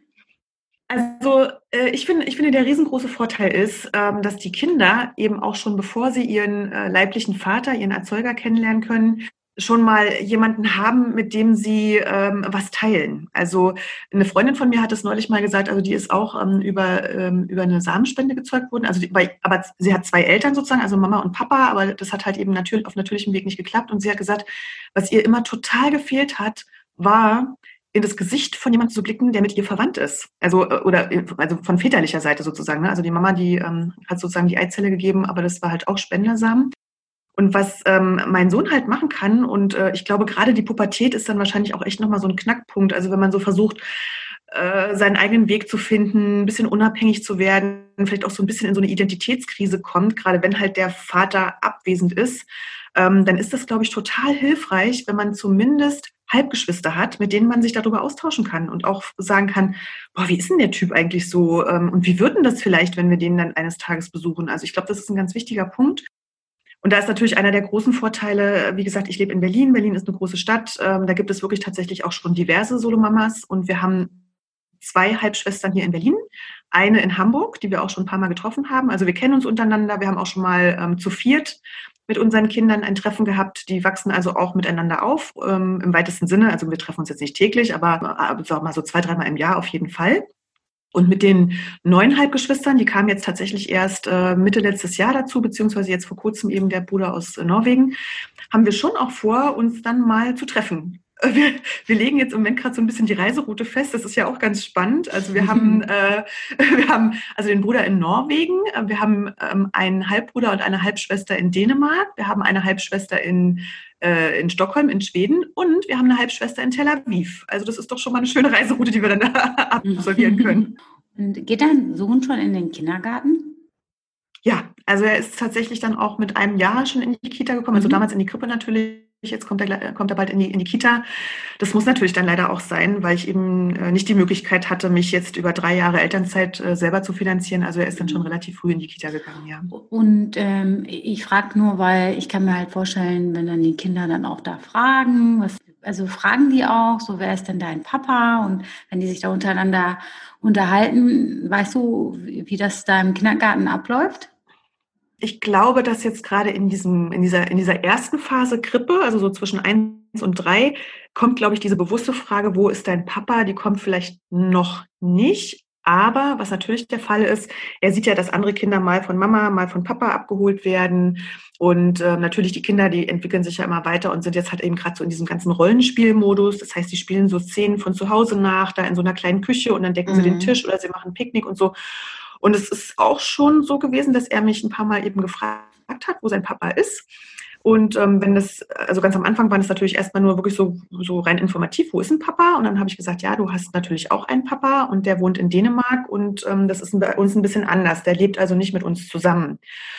Speaker 2: Also ich finde, der riesengroße Vorteil ist, dass die Kinder eben auch schon, bevor sie ihren leiblichen Vater, ihren Erzeuger kennenlernen können, schon mal jemanden haben, mit dem sie was teilen. Also eine Freundin von mir hat es neulich mal gesagt, also die ist auch über eine Samenspende gezeugt worden. Also aber sie hat 2 Eltern sozusagen, also Mama und Papa, aber das hat halt eben auf natürlichem Weg nicht geklappt. Und sie hat gesagt, was ihr immer total gefehlt hat, war in das Gesicht von jemandem zu blicken, der mit ihr verwandt ist. Also von väterlicher Seite sozusagen. Ne? Also die Mama, die hat sozusagen die Eizelle gegeben, aber das war halt auch Spendersamen. Und was mein Sohn halt machen kann, und ich glaube, gerade die Pubertät ist dann wahrscheinlich auch echt nochmal so ein Knackpunkt. Also wenn man so versucht, seinen eigenen Weg zu finden, ein bisschen unabhängig zu werden, vielleicht auch so ein bisschen in so eine Identitätskrise kommt, gerade wenn halt der Vater abwesend ist, dann ist das, glaube ich, total hilfreich, wenn man zumindest Halbgeschwister hat, mit denen man sich darüber austauschen kann und auch sagen kann, boah, wie ist denn der Typ eigentlich so? Und wie wird denn das vielleicht, wenn wir den dann eines Tages besuchen? Also ich glaube, das ist ein ganz wichtiger Punkt. Und da ist natürlich einer der großen Vorteile, wie gesagt, ich lebe in Berlin. Berlin ist eine große Stadt. Da gibt es wirklich tatsächlich auch schon diverse Solomamas. Und wir haben 2 Halbschwestern hier in Berlin, eine in Hamburg, die wir auch schon ein paar Mal getroffen haben. Also wir kennen uns untereinander. Wir haben auch schon mal zu 4 mit unseren Kindern ein Treffen gehabt. Die wachsen also auch miteinander auf, im weitesten Sinne. Also wir treffen uns jetzt nicht täglich, aber sag mal so 2, 3 Mal im Jahr auf jeden Fall. Und mit den neuen Halbgeschwistern, die kamen jetzt tatsächlich erst Mitte letztes Jahr dazu, beziehungsweise jetzt vor kurzem eben der Bruder aus Norwegen, haben wir schon auch vor, uns dann mal zu treffen. Wir legen jetzt im Moment gerade so ein bisschen die Reiseroute fest. Das ist ja auch ganz spannend. Also wir haben also den Bruder in Norwegen, wir haben einen Halbbruder und eine Halbschwester in Dänemark, wir haben eine Halbschwester in Stockholm in Schweden und wir haben eine Halbschwester in Tel Aviv. Also das ist doch schon mal eine schöne Reiseroute, die wir dann da absolvieren können.
Speaker 1: Und geht dein Sohn schon in den Kindergarten?
Speaker 2: Ja, also er ist tatsächlich dann auch mit einem Jahr schon in die Kita gekommen. Also damals in die Krippe natürlich. Jetzt kommt er bald in die Kita. Das muss natürlich dann leider auch sein, weil ich eben nicht die Möglichkeit hatte, mich jetzt über 3 Jahre Elternzeit selber zu finanzieren. Also er ist dann schon relativ früh in die Kita gegangen, ja.
Speaker 1: Und ich frage nur, weil ich kann mir halt vorstellen, wenn dann die Kinder dann auch da fragen, also fragen die auch, so wer ist denn dein Papa? Und wenn die sich da untereinander unterhalten, weißt du, wie das da im Kindergarten abläuft?
Speaker 2: Ich glaube, dass jetzt gerade in dieser ersten Phase Krippe, also so zwischen 1 und 3, kommt, glaube ich, diese bewusste Frage, wo ist dein Papa? Die kommt vielleicht noch nicht. Aber was natürlich der Fall ist, er sieht ja, dass andere Kinder mal von Mama, mal von Papa abgeholt werden. Und natürlich die Kinder, die entwickeln sich ja immer weiter und sind jetzt halt eben gerade so in diesem ganzen Rollenspielmodus. Das heißt, sie spielen so Szenen von zu Hause nach, da in so einer kleinen Küche und dann decken sie den Tisch oder sie machen Picknick und so. Und es ist auch schon so gewesen, dass er mich ein paar Mal eben gefragt hat, wo sein Papa ist. Und also ganz am Anfang war das natürlich erstmal nur wirklich so rein informativ, wo ist ein Papa? Und dann habe ich gesagt, ja, du hast natürlich auch einen Papa und der wohnt in Dänemark und das ist bei uns ein bisschen anders. Der lebt also nicht mit uns zusammen.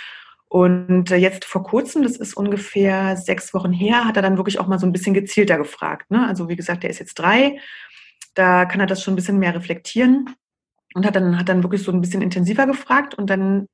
Speaker 2: Und jetzt vor kurzem, das ist ungefähr 6 Wochen her, hat er dann wirklich auch mal so ein bisschen gezielter gefragt. Ne? Also wie gesagt, der ist jetzt 3, da kann er das schon ein bisschen mehr reflektieren. Und hat dann wirklich so ein bisschen intensiver gefragt. Und dann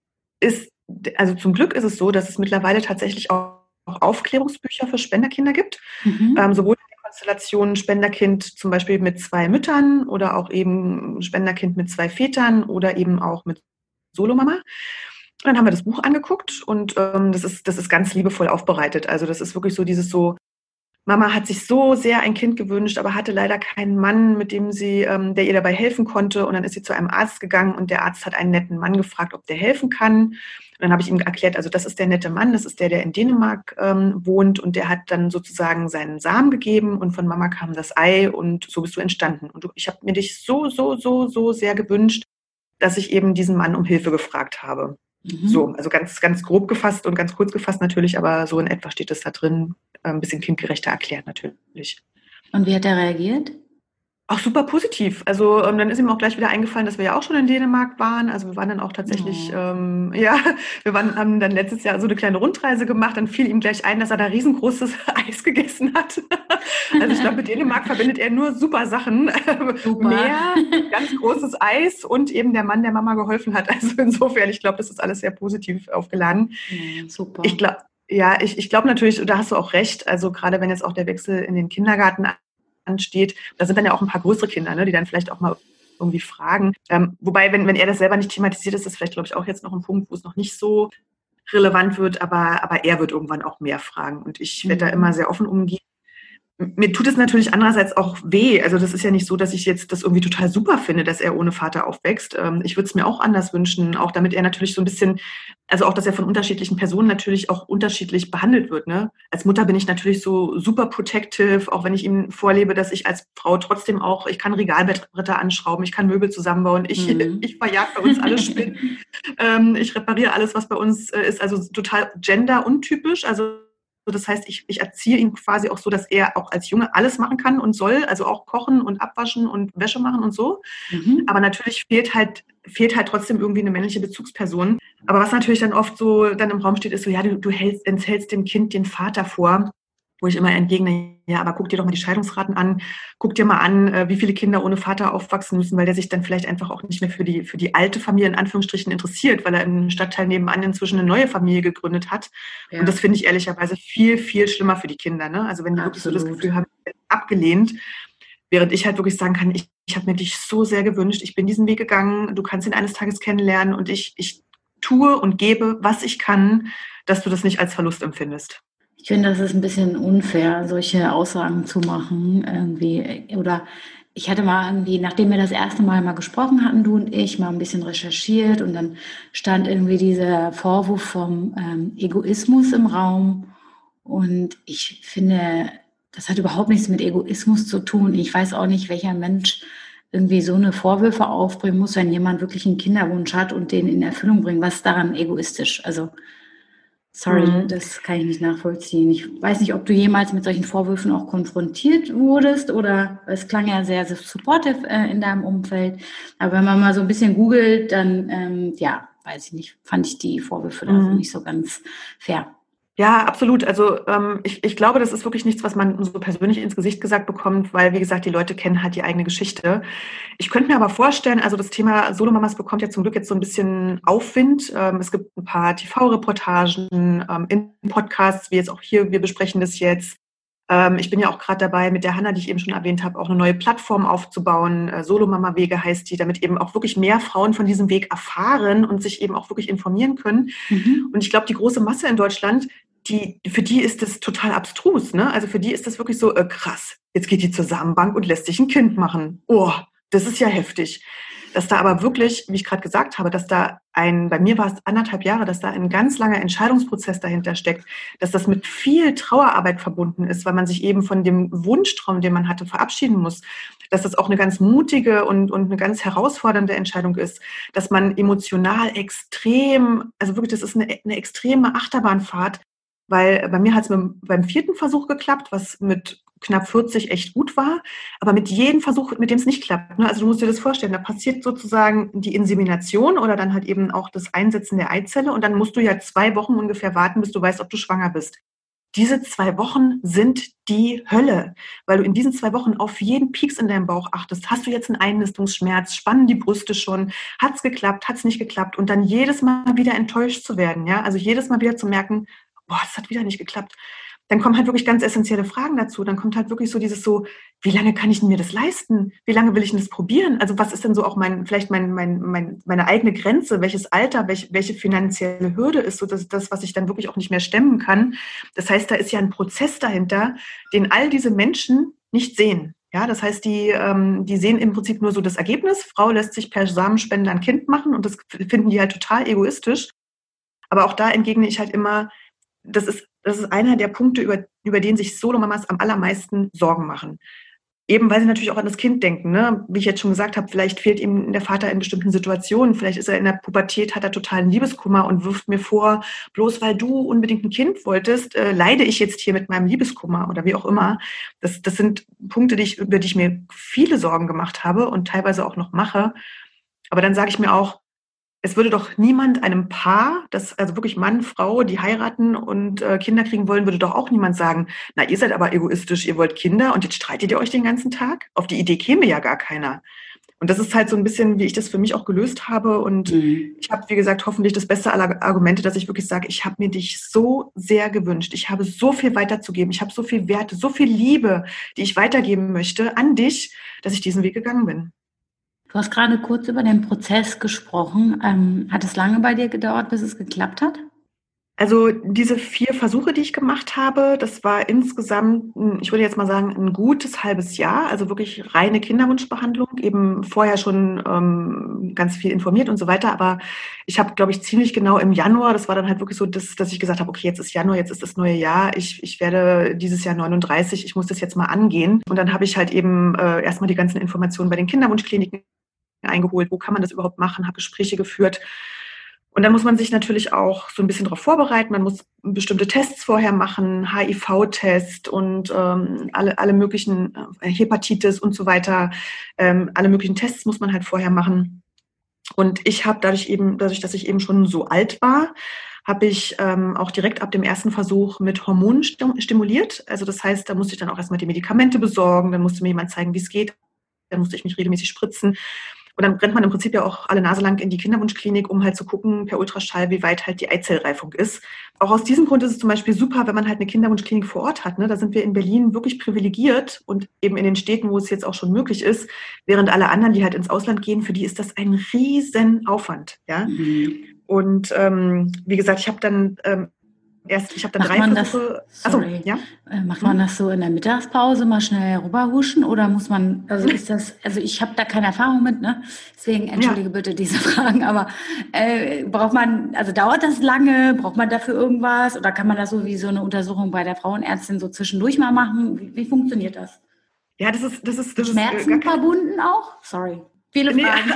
Speaker 2: also zum Glück ist es so, dass es mittlerweile tatsächlich auch Aufklärungsbücher für Spenderkinder gibt. Sowohl in der Konstellation Spenderkind zum Beispiel mit 2 Müttern oder auch eben Spenderkind mit 2 Vätern oder eben auch mit Solomama. Und dann haben wir das Buch angeguckt und das ist ganz liebevoll aufbereitet. Also das ist wirklich so dieses so, Mama hat sich so sehr ein Kind gewünscht, aber hatte leider keinen Mann, mit dem der ihr dabei helfen konnte. Und dann ist sie zu einem Arzt gegangen und der Arzt hat einen netten Mann gefragt, ob der helfen kann. Und dann habe ich ihm erklärt, also das ist der nette Mann, das ist der in Dänemark wohnt und der hat dann sozusagen seinen Samen gegeben und von Mama kam das Ei und so bist du entstanden. Und ich habe mir dich so sehr gewünscht, dass ich eben diesen Mann um Hilfe gefragt habe. So, also ganz, ganz grob gefasst und ganz kurz gefasst natürlich, aber so in etwa steht es da drin, ein bisschen kindgerechter erklärt natürlich.
Speaker 1: Und wie hat er reagiert?
Speaker 2: Auch super positiv. Also dann ist ihm auch gleich wieder eingefallen, dass wir ja auch schon in Dänemark waren. Also wir waren dann auch tatsächlich, haben dann letztes Jahr so eine kleine Rundreise gemacht. Dann fiel ihm gleich ein, dass er da riesengroßes Eis gegessen hat. Also ich glaube, mit Dänemark verbindet er nur super Sachen. Super. Meer, ganz großes Eis und eben der Mann, der Mama geholfen hat. Also insofern, ich glaube, das ist alles sehr positiv aufgeladen.
Speaker 1: Ja, super.
Speaker 2: Ich glaube natürlich, da hast du auch recht. Also gerade wenn jetzt auch der Wechsel in den Kindergarten ansteht, da sind dann ja auch ein paar größere Kinder, ne, die dann vielleicht auch mal irgendwie fragen. Wobei, wenn er das selber nicht thematisiert, ist das vielleicht, glaube ich, auch jetzt noch ein Punkt, wo es noch nicht so relevant wird, aber er wird irgendwann auch mehr fragen und ich werde da immer sehr offen umgehen. Mir tut es natürlich andererseits auch weh. Also das ist ja nicht so, dass ich jetzt das irgendwie total super finde, dass er ohne Vater aufwächst. Ich würde es mir auch anders wünschen, auch damit er natürlich so ein bisschen, also auch, dass er von unterschiedlichen Personen natürlich auch unterschiedlich behandelt wird. Ne? Als Mutter bin ich natürlich so super protective, auch wenn ich ihm vorlebe, dass ich als Frau trotzdem auch, ich kann Regalbretter anschrauben, ich kann Möbel zusammenbauen, ich verjage bei uns alle Spinnen, ich repariere alles, was bei uns ist, also total genderuntypisch, also das heißt, ich erziehe ihn quasi auch so, dass er auch als Junge alles machen kann und soll, also auch kochen und abwaschen und Wäsche machen und so. Aber natürlich fehlt halt trotzdem irgendwie eine männliche Bezugsperson. Aber was natürlich dann oft so dann im Raum steht, ist so, ja, du enthältst dem Kind den Vater vor, wo ich immer entgegne, ja, aber guck dir doch mal die Scheidungsraten an, guck dir mal an, wie viele Kinder ohne Vater aufwachsen müssen, weil der sich dann vielleicht einfach auch nicht mehr für die alte Familie in Anführungsstrichen interessiert, weil er im Stadtteil nebenan inzwischen eine neue Familie gegründet hat. Ja. Und das finde ich ehrlicherweise viel, viel schlimmer für die Kinder. Ne? Also wenn die wirklich so das Gefühl haben, abgelehnt, während ich halt wirklich sagen kann, ich habe mir dich so sehr gewünscht, ich bin diesen Weg gegangen, du kannst ihn eines Tages kennenlernen und ich tue und gebe, was ich kann, dass du das nicht als Verlust empfindest.
Speaker 1: Ich finde, das ist ein bisschen unfair, solche Aussagen zu machen irgendwie. Oder ich hatte mal irgendwie, nachdem wir das erste Mal gesprochen hatten, du und ich, mal ein bisschen recherchiert und dann stand irgendwie dieser Vorwurf vom Egoismus im Raum. Und ich finde, das hat überhaupt nichts mit Egoismus zu tun. Ich weiß auch nicht, welcher Mensch irgendwie so eine Vorwürfe aufbringen muss, wenn jemand wirklich einen Kinderwunsch hat und den in Erfüllung bringt. Was ist daran egoistisch? Also, sorry, das kann ich nicht nachvollziehen. Ich weiß nicht, ob du jemals mit solchen Vorwürfen auch konfrontiert wurdest oder es klang ja sehr, sehr supportive in deinem Umfeld. Aber wenn man mal so ein bisschen googelt, dann, ja, weiß ich nicht, fand ich die Vorwürfe da nicht so ganz fair.
Speaker 2: Ja, absolut. Also ich glaube, das ist wirklich nichts, was man so persönlich ins Gesicht gesagt bekommt, weil, wie gesagt, die Leute kennen halt die eigene Geschichte. Ich könnte mir aber vorstellen, also das Thema Solomamas bekommt ja zum Glück jetzt so ein bisschen Aufwind. Es gibt ein paar TV-Reportagen, in Podcasts, wie jetzt auch hier, wir besprechen das jetzt. Ich bin ja auch gerade dabei, mit der Hanna, die ich eben schon erwähnt habe, auch eine neue Plattform aufzubauen. Solomama-Wege heißt die, damit eben auch wirklich mehr Frauen von diesem Weg erfahren und sich eben auch wirklich informieren können. Und ich glaube, die große Masse in Deutschland, für die ist das total abstrus, ne? Also für die ist das wirklich so, krass, jetzt geht die zur Samenbank und lässt sich ein Kind machen. Oh, das ist ja heftig. Dass da aber wirklich, wie ich gerade gesagt habe, bei mir war es 1,5 Jahre, dass da ein ganz langer Entscheidungsprozess dahinter steckt, dass das mit viel Trauerarbeit verbunden ist, weil man sich eben von dem Wunschtraum, den man hatte, verabschieden muss, dass das auch eine ganz mutige und eine ganz herausfordernde Entscheidung ist, dass man emotional extrem, also wirklich, das ist eine extreme Achterbahnfahrt, weil bei mir hat es beim 4. Versuch geklappt, was mit knapp 40 echt gut war, aber mit jedem Versuch, mit dem es nicht klappt. Ne? Also du musst dir das vorstellen, da passiert sozusagen die Insemination oder dann halt eben auch das Einsetzen der Eizelle und dann musst du ja 2 Wochen ungefähr warten, bis du weißt, ob du schwanger bist. Diese 2 Wochen sind die Hölle, weil du in diesen 2 Wochen auf jeden Pieks in deinem Bauch achtest. Hast du jetzt einen Einnistungsschmerz? Spannen die Brüste schon? Hat's geklappt? Hat's nicht geklappt? Und dann jedes Mal wieder enttäuscht zu werden, ja? Also jedes Mal wieder zu merken, boah, das hat wieder nicht geklappt. Dann kommen halt wirklich ganz essentielle Fragen dazu. Dann kommt halt wirklich so dieses so, wie lange kann ich denn mir das leisten? Wie lange will ich denn das probieren? Also was ist denn so auch vielleicht meine eigene Grenze? Welches Alter, welche finanzielle Hürde ist so das, was ich dann wirklich auch nicht mehr stemmen kann? Das heißt, da ist ja ein Prozess dahinter, den all diese Menschen nicht sehen. Ja, das heißt, die sehen im Prinzip nur so das Ergebnis. Frau lässt sich per Samenspende ein Kind machen und das finden die halt total egoistisch. Aber auch da entgegne ich halt immer, das ist einer der Punkte, über den sich Solomamas am allermeisten Sorgen machen. Eben, weil sie natürlich auch an das Kind denken. Ne? Wie ich jetzt schon gesagt habe, vielleicht fehlt ihm der Vater in bestimmten Situationen. Vielleicht ist er in der Pubertät, hat er totalen Liebeskummer und wirft mir vor, bloß weil du unbedingt ein Kind wolltest, leide ich jetzt hier mit meinem Liebeskummer oder wie auch immer. Das sind Punkte, über die ich mir viele Sorgen gemacht habe und teilweise auch noch mache. Aber dann sage ich mir auch, es würde doch niemand einem Paar, das also wirklich Mann, Frau, die heiraten und Kinder kriegen wollen, würde doch auch niemand sagen, na, ihr seid aber egoistisch, ihr wollt Kinder und jetzt streitet ihr euch den ganzen Tag? Auf die Idee käme ja gar keiner. Und das ist halt so ein bisschen, wie ich das für mich auch gelöst habe. Und ich habe, wie gesagt, hoffentlich das beste aller Argumente, dass ich wirklich sage, ich habe mir dich so sehr gewünscht. Ich habe so viel weiterzugeben. Ich habe so viel Werte, so viel Liebe, die ich weitergeben möchte an dich, dass ich diesen Weg gegangen bin.
Speaker 1: Du hast gerade kurz über den Prozess gesprochen. Hat es lange bei dir gedauert, bis es geklappt hat?
Speaker 2: Also diese 4 Versuche, die ich gemacht habe, das war insgesamt, ich würde jetzt mal sagen, ein gutes halbes Jahr, also wirklich reine Kinderwunschbehandlung, eben vorher schon ganz viel informiert und so weiter. Aber ich habe, glaube ich, ziemlich genau im Januar, das war dann halt wirklich so, dass ich gesagt habe, okay, jetzt ist Januar, jetzt ist das neue Jahr, ich werde dieses Jahr 39, ich muss das jetzt mal angehen. Und dann habe ich halt eben erstmal die ganzen Informationen bei den Kinderwunschkliniken eingeholt, wo kann man das überhaupt machen, habe Gespräche geführt. Und dann muss man sich natürlich auch so ein bisschen darauf vorbereiten. Man muss bestimmte Tests vorher machen, HIV-Test und alle möglichen Hepatitis und so weiter. Alle möglichen Tests muss man halt vorher machen. Und ich habe dadurch, dass ich eben schon so alt war, habe ich auch direkt ab dem ersten Versuch mit Hormonen stimuliert. Also das heißt, da musste ich dann auch erstmal die Medikamente besorgen, dann musste mir jemand zeigen, wie es geht. Dann musste ich mich regelmäßig spritzen. Und dann rennt man im Prinzip ja auch alle Nase lang in die Kinderwunschklinik, um halt zu gucken per Ultraschall, wie weit halt die Eizellreifung ist. Auch aus diesem Grund ist es zum Beispiel super, wenn man halt eine Kinderwunschklinik vor Ort hat. Ne? Da sind wir in Berlin wirklich privilegiert und eben in den Städten, wo es jetzt auch schon möglich ist, während alle anderen, die halt ins Ausland gehen, für die ist das ein riesen Aufwand. Ja? Und wie gesagt, ich habe dann Ich habe dann
Speaker 1: Macht
Speaker 2: 3
Speaker 1: man das,
Speaker 2: Versuche. Also,
Speaker 1: sorry,
Speaker 2: ja.
Speaker 1: macht man das so in der Mittagspause mal schnell rüberhuschen oder muss man, also ist das, also ich habe da keine Erfahrung mit, ne? Deswegen
Speaker 2: Ja.
Speaker 1: entschuldige bitte diese Fragen, aber braucht man, also dauert das lange? Braucht man dafür irgendwas? Oder kann man das so wie so eine Untersuchung bei der Frauenärztin so zwischendurch mal machen? Wie funktioniert das?
Speaker 2: Ja,
Speaker 1: Mit
Speaker 2: das ist gar
Speaker 1: Schmerzen
Speaker 2: keine.
Speaker 1: verbunden auch? Sorry. Viele
Speaker 2: Nee,
Speaker 1: Fragen.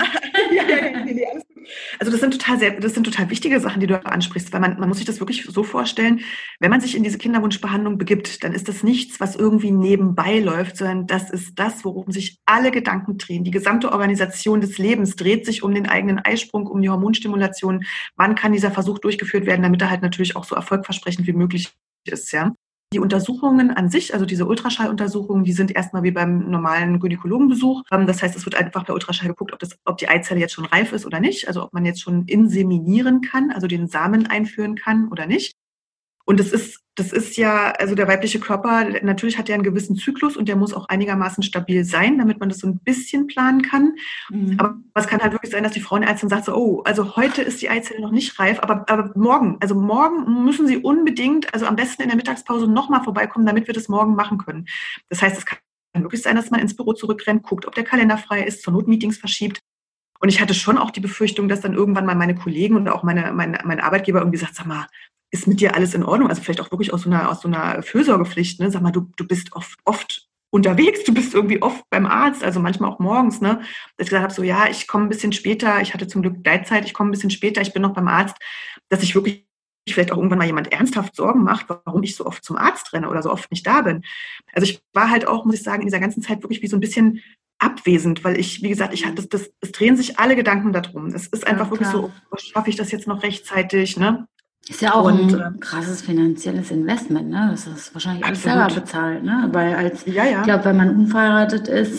Speaker 2: nee, alles gut. Also das sind total wichtige Sachen, die du ansprichst, weil man muss sich das wirklich so vorstellen, wenn man sich in diese Kinderwunschbehandlung begibt, dann ist das nichts, was irgendwie nebenbei läuft, sondern das ist das, worum sich alle Gedanken drehen. Die gesamte Organisation des Lebens dreht sich um den eigenen Eisprung, um die Hormonstimulation. Wann kann dieser Versuch durchgeführt werden, damit er halt natürlich auch so erfolgversprechend wie möglich ist, ja. Die Untersuchungen an sich, also diese Ultraschalluntersuchungen, die sind erstmal wie beim normalen Gynäkologenbesuch. Das heißt, es wird einfach bei Ultraschall geguckt, ob die Eizelle jetzt schon reif ist oder nicht, also ob man jetzt schon inseminieren kann, also den Samen einführen kann oder nicht. Und das ist ja, also der weibliche Körper, natürlich hat er einen gewissen Zyklus und der muss auch einigermaßen stabil sein, damit man das so ein bisschen planen kann. Aber
Speaker 1: Mhm.
Speaker 2: es kann halt wirklich sein, dass die Frauenärztin sagt so, oh, also heute ist die Eizelle noch nicht reif, aber morgen, also morgen müssen Sie unbedingt, also am besten in der Mittagspause nochmal vorbeikommen, damit wir das morgen machen können. Das heißt, es kann wirklich sein, dass man ins Büro zurückrennt, guckt, ob der Kalender frei ist, zur Not Meetings verschiebt. Und ich hatte schon auch die Befürchtung, dass dann irgendwann mal meine Kollegen und auch mein Arbeitgeber irgendwie sagt, sag mal, ist mit dir alles in Ordnung? Also vielleicht auch wirklich aus so einer Fürsorgepflicht, ne? Sag mal, du bist oft unterwegs, du bist irgendwie oft beim Arzt, also manchmal auch morgens, ne? Dass ich gesagt habe, so ja, ich komme ein bisschen später, ich hatte zum Glück Gleitzeit, ich komme ein bisschen später, ich bin noch beim Arzt, dass ich wirklich vielleicht auch irgendwann mal jemand ernsthaft Sorgen macht, warum ich so oft zum Arzt renne oder so oft nicht da bin. Also ich war halt auch, muss ich sagen, in dieser ganzen Zeit wirklich wie so ein bisschen abwesend, weil ich, wie gesagt, es drehen sich alle Gedanken darum. Es ist
Speaker 1: Ja,
Speaker 2: einfach wirklich
Speaker 1: klar.
Speaker 2: so, oh, schaffe ich das jetzt noch rechtzeitig, ne?
Speaker 1: Ist ja auch
Speaker 2: Und
Speaker 1: ein krasses finanzielles Investment, ne? Das ist wahrscheinlich alles selber
Speaker 2: absolut.
Speaker 1: bezahlt, ne? Weil
Speaker 2: Ja,
Speaker 1: ich
Speaker 2: ja.
Speaker 1: glaube, wenn man unverheiratet ist,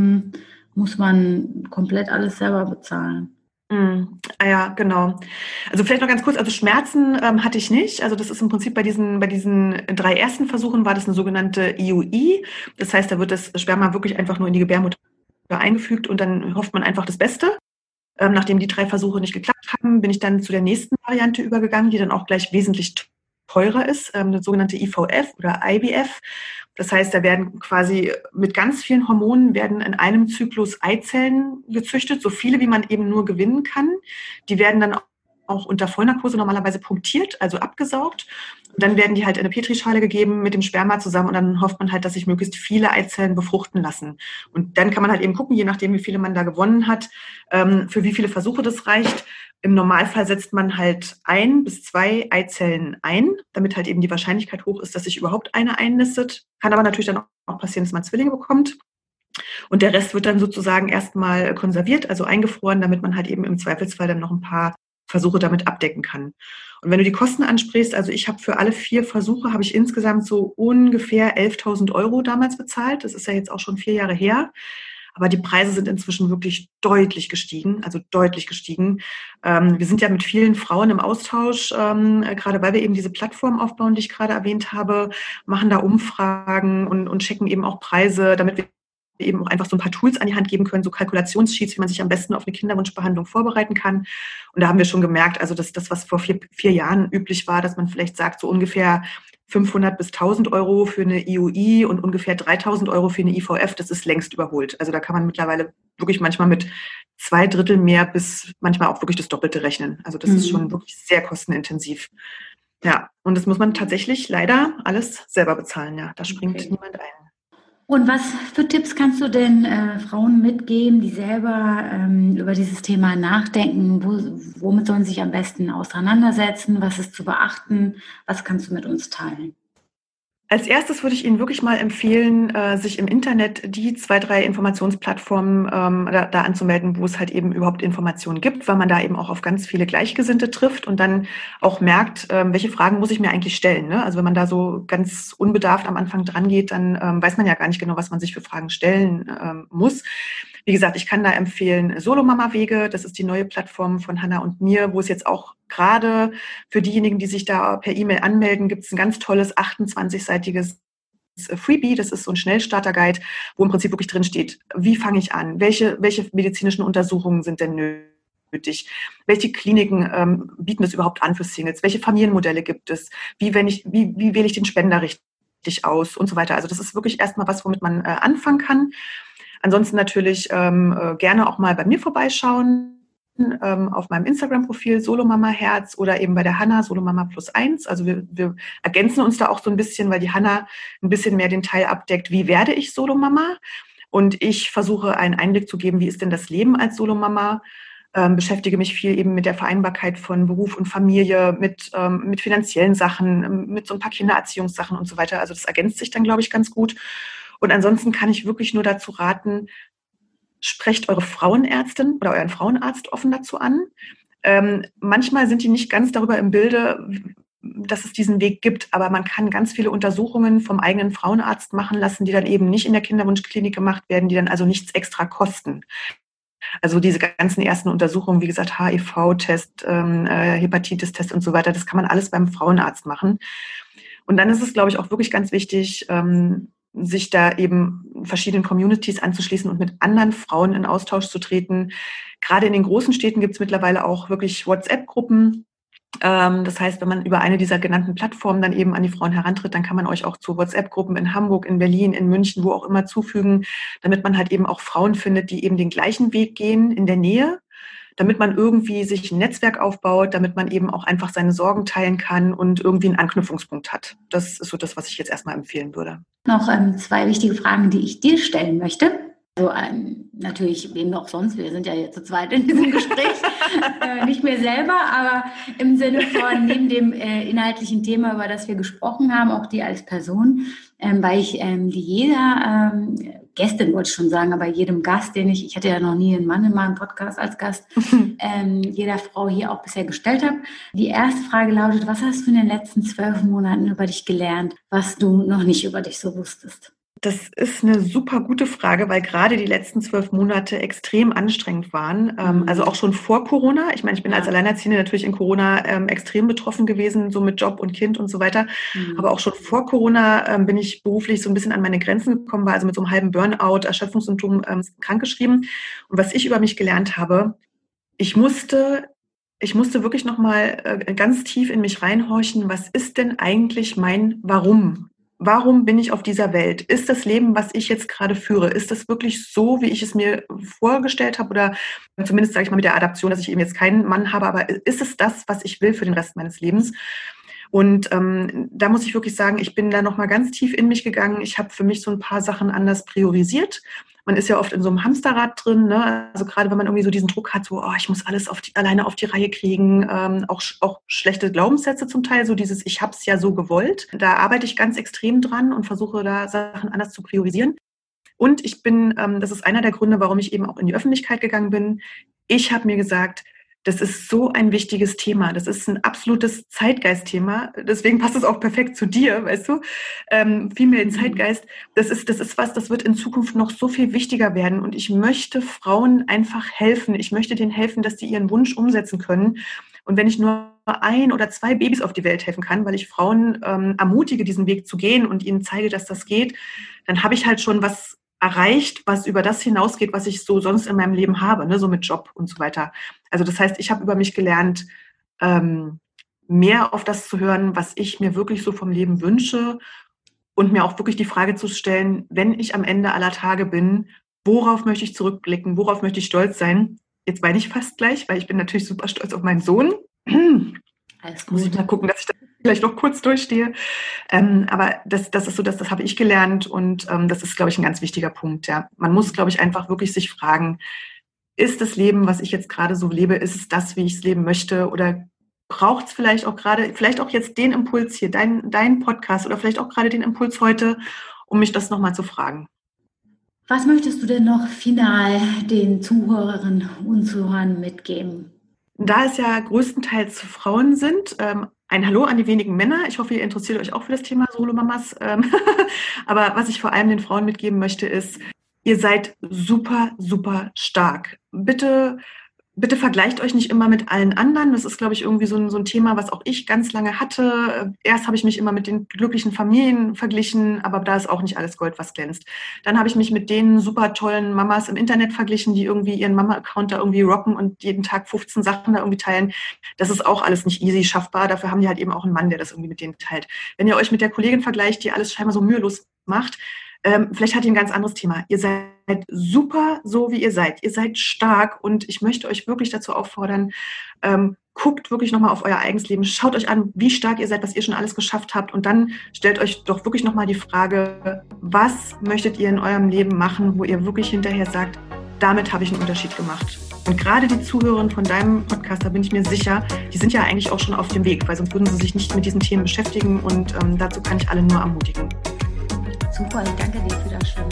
Speaker 1: muss man komplett alles selber bezahlen.
Speaker 2: Ja, genau. Also vielleicht noch ganz kurz, also Schmerzen hatte ich nicht. Also das ist im Prinzip bei diesen 3 ersten Versuchen war das eine sogenannte IUI. Das heißt, da wird das Sperma wirklich einfach nur in die Gebärmutter eingefügt und dann hofft man einfach das Beste. Nachdem die 3 Versuche nicht geklappt haben, bin ich dann zu der nächsten Variante übergegangen, die dann auch gleich wesentlich teurer ist, eine sogenannte IVF oder IVF. Das heißt, da werden quasi mit ganz vielen Hormonen werden in einem Zyklus Eizellen gezüchtet, so viele wie man eben nur gewinnen kann. Die werden dann auch unter Vollnarkose normalerweise punktiert, also abgesaugt. Und dann werden die halt in eine Petrischale gegeben mit dem Sperma zusammen und dann hofft man halt, dass sich möglichst viele Eizellen befruchten lassen. Und dann kann man halt eben gucken, je nachdem, wie viele man da gewonnen hat, für wie viele Versuche das reicht. Im Normalfall setzt man halt 1 bis 2 Eizellen ein, damit halt eben die Wahrscheinlichkeit hoch ist, dass sich überhaupt eine einnistet. Kann aber natürlich dann auch passieren, dass man Zwillinge bekommt. Und der Rest wird dann sozusagen erstmal konserviert, also eingefroren, damit man halt eben im Zweifelsfall dann noch ein paar Versuche damit abdecken kann. Und wenn du die Kosten ansprichst, also ich habe für alle 4 Versuche, habe ich insgesamt so ungefähr 11.000 Euro damals bezahlt. Das ist ja jetzt auch schon 4 Jahre her. Aber die Preise sind inzwischen wirklich deutlich gestiegen, also deutlich gestiegen. Wir sind ja mit vielen Frauen im Austausch, gerade weil wir eben diese Plattform aufbauen, die ich gerade erwähnt habe, machen da Umfragen und checken eben auch Preise, damit wir eben auch einfach so ein paar Tools an die Hand geben können, so Kalkulationssheets, wie man sich am besten auf eine Kinderwunschbehandlung vorbereiten kann. Und da haben wir schon gemerkt, also das was vor 4 Jahren üblich war, dass man vielleicht sagt, so ungefähr 500 bis 1.000 Euro für eine IUI und ungefähr 3.000 Euro für eine IVF, das ist längst überholt. Also da kann man mittlerweile wirklich manchmal mit 2 Drittel mehr bis manchmal auch wirklich das Doppelte rechnen. Also das ist schon
Speaker 1: Mhm.
Speaker 2: wirklich sehr kostenintensiv. Ja, und das muss man tatsächlich leider alles selber bezahlen. Ja, da springt
Speaker 1: Okay.
Speaker 2: niemand ein.
Speaker 1: Und was für Tipps kannst du den Frauen mitgeben, die selber über dieses Thema nachdenken? Womit sollen sie sich am besten auseinandersetzen? Was ist zu beachten? Was kannst du mit uns teilen?
Speaker 2: Als erstes würde ich Ihnen wirklich mal empfehlen, sich im Internet die 2, 3 Informationsplattformen da anzumelden, wo es halt eben überhaupt Informationen gibt, weil man da eben auch auf ganz viele Gleichgesinnte trifft und dann auch merkt, welche Fragen muss ich mir eigentlich stellen. Ne? Also wenn man da so ganz unbedarft am Anfang dran geht, dann weiß man ja gar nicht genau, was man sich für Fragen stellen muss. Wie gesagt, ich kann da empfehlen Solomama-Wege. Das ist die neue Plattform von Hannah und mir, wo es jetzt auch gerade für diejenigen, die sich da per E-Mail anmelden, gibt es ein ganz tolles 28-seitiges Freebie. Das ist so ein Schnellstarter-Guide, wo im Prinzip wirklich drin steht, wie fange ich an? Welche medizinischen Untersuchungen sind denn nötig? nötig? Welche Kliniken bieten das überhaupt an für Singles? Welche Familienmodelle gibt es? Wie wähle ich den Spender richtig aus und so weiter? Also das ist wirklich erstmal was, womit man anfangen kann. Ansonsten natürlich gerne auch mal bei mir vorbeischauen, auf meinem Instagram-Profil Solomama Herz oder eben bei der Hanna Solomama +1. Also wir ergänzen uns da auch so ein bisschen, weil die Hanna ein bisschen mehr den Teil abdeckt, wie werde ich Solomama? Und ich versuche einen Einblick zu geben, wie ist denn das Leben als Solomama? Beschäftige mich viel eben mit der Vereinbarkeit von Beruf und Familie, mit finanziellen Sachen, mit so ein paar Kindererziehungssachen und so weiter. Also das ergänzt sich dann, glaube ich, ganz gut. Und ansonsten kann ich wirklich nur dazu raten, sprecht eure Frauenärztin oder euren Frauenarzt offen dazu an. Manchmal sind die nicht ganz darüber im Bilde, dass es diesen Weg gibt, aber man kann ganz viele Untersuchungen vom eigenen Frauenarzt machen lassen, die dann eben nicht in der Kinderwunschklinik gemacht werden, die dann also nichts extra kosten. Also diese ganzen ersten Untersuchungen, wie gesagt, HIV-Test, Hepatitis-Test und so weiter, das kann man alles beim Frauenarzt machen. Und dann ist es, glaube ich, auch wirklich ganz wichtig, sich da eben verschiedenen Communities anzuschließen und mit anderen Frauen in Austausch zu treten. Gerade in den großen Städten gibt es mittlerweile auch wirklich WhatsApp-Gruppen. Das heißt, wenn man über eine dieser genannten Plattformen dann eben an die Frauen herantritt, dann kann man euch auch zu WhatsApp-Gruppen in Hamburg, in Berlin, in München, wo auch immer zufügen, damit man halt eben auch Frauen findet, die eben den gleichen Weg gehen in der Nähe, damit man irgendwie sich ein Netzwerk aufbaut, damit man eben auch einfach seine Sorgen teilen kann und irgendwie einen Anknüpfungspunkt hat. Das ist so das, was ich jetzt erstmal empfehlen würde.
Speaker 1: Noch 2 wichtige Fragen, die ich dir stellen möchte. Also natürlich, wem auch sonst, wir sind ja jetzt zu zweit in diesem Gespräch, nicht mir selber, aber im Sinne von neben dem inhaltlichen Thema, über das wir gesprochen haben, auch die als Person, weil ich jeder Gästin wollte ich schon sagen, aber jedem Gast, ich hatte ja noch nie einen Mann in meinem Podcast als Gast, jeder Frau hier auch bisher gestellt habe. Die erste Frage lautet, was hast du in den letzten 12 Monaten über dich gelernt, was du noch nicht über dich so wusstest?
Speaker 2: Das ist eine super gute Frage, weil gerade die letzten 12 Monate extrem anstrengend waren. Also auch schon vor Corona. Ich meine, ich bin als Alleinerziehende natürlich in Corona extrem betroffen gewesen, so mit Job und Kind und so weiter. Aber auch schon vor Corona bin ich beruflich so ein bisschen an meine Grenzen gekommen, war also mit so einem halben Burnout, Erschöpfungssymptom krankgeschrieben. Und was ich über mich gelernt habe, ich musste wirklich nochmal ganz tief in mich reinhorchen, was ist denn eigentlich mein Warum? Warum bin ich auf dieser Welt? Ist das Leben, was ich jetzt gerade führe, ist das wirklich so, wie ich es mir vorgestellt habe? Oder zumindest, sage ich mal, mit der Adaption, dass ich eben jetzt keinen Mann habe, aber ist es das, was ich will für den Rest meines Lebens? Und da muss ich wirklich sagen, ich bin da nochmal ganz tief in mich gegangen. Ich habe für mich so ein paar Sachen anders priorisiert. Man ist ja oft in so einem Hamsterrad drin, ne? Also gerade wenn man irgendwie so diesen Druck hat, so, ich muss alles alleine auf die Reihe kriegen, auch schlechte Glaubenssätze zum Teil, so dieses, ich habe es ja so gewollt. Da arbeite ich ganz extrem dran und versuche da Sachen anders zu priorisieren. Und ich bin, das ist einer der Gründe, warum ich eben auch in die Öffentlichkeit gegangen bin. Ich habe mir gesagt, das ist so ein wichtiges Thema. Das ist ein absolutes Zeitgeistthema. Deswegen passt es auch perfekt zu dir, weißt du? Vielmehr in Zeitgeist. Das ist was, das wird in Zukunft noch so viel wichtiger werden. Und ich möchte Frauen einfach helfen. Ich möchte denen helfen, dass sie ihren Wunsch umsetzen können. Und wenn ich nur 1 oder 2 Babys auf die Welt helfen kann, weil ich Frauen ermutige, diesen Weg zu gehen und ihnen zeige, dass das geht, dann habe ich halt schon was erreicht, was über das hinausgeht, was ich so sonst in meinem Leben habe, ne, so mit Job und so weiter. Also das heißt, ich habe über mich gelernt, mehr auf das zu hören, was ich mir wirklich so vom Leben wünsche und mir auch wirklich die Frage zu stellen, wenn ich am Ende aller Tage bin, worauf möchte ich zurückblicken, worauf möchte ich stolz sein? Jetzt weine ich fast gleich, weil ich bin natürlich super stolz auf meinen Sohn.
Speaker 1: Alles gut.
Speaker 2: Muss ich mal gucken, dass ich das vielleicht noch kurz durchstehe. Aber das ist so, das habe ich gelernt und das ist, glaube ich, ein ganz wichtiger Punkt. Ja. Man muss, glaube ich, einfach wirklich sich fragen, ist das Leben, was ich jetzt gerade so lebe, ist es das, wie ich es leben möchte? Oder braucht es vielleicht auch gerade, vielleicht auch jetzt den Impuls hier, dein Podcast oder vielleicht auch gerade den Impuls heute, um mich das nochmal zu fragen?
Speaker 1: Was möchtest du denn noch final den Zuhörerinnen und Zuhörern mitgeben?
Speaker 2: Da es ja größtenteils Frauen sind, ein Hallo an die wenigen Männer. Ich hoffe, ihr interessiert euch auch für das Thema Solomamas. Aber was ich vor allem den Frauen mitgeben möchte, ist, ihr seid super, super stark. Bitte bitte vergleicht euch nicht immer mit allen anderen. Das ist, glaube ich, irgendwie so ein Thema, was auch ich ganz lange hatte. Erst habe ich mich immer mit den glücklichen Familien verglichen, aber da ist auch nicht alles Gold, was glänzt. Dann habe ich mich mit den super tollen Mamas im Internet verglichen, die irgendwie ihren Mama-Account da irgendwie rocken und jeden Tag 15 Sachen da irgendwie teilen. Das ist auch alles nicht easy schaffbar. Dafür haben die halt eben auch einen Mann, der das irgendwie mit denen teilt. Wenn ihr euch mit der Kollegin vergleicht, die alles scheinbar so mühelos macht, vielleicht hat ihr ein ganz anderes Thema. Ihr seid super, so wie ihr seid. Ihr seid stark und ich möchte euch wirklich dazu auffordern, guckt wirklich nochmal auf euer eigenes Leben. Schaut euch an, wie stark ihr seid, was ihr schon alles geschafft habt und dann stellt euch doch wirklich nochmal die Frage, was möchtet ihr in eurem Leben machen, wo ihr wirklich hinterher sagt, damit habe ich einen Unterschied gemacht. Und gerade die Zuhörerinnen von deinem Podcast, da bin ich mir sicher, die sind ja eigentlich auch schon auf dem Weg, weil sonst würden sie sich nicht mit diesen Themen beschäftigen und dazu kann ich alle nur ermutigen.
Speaker 1: Super, ich danke dir für das Schöne.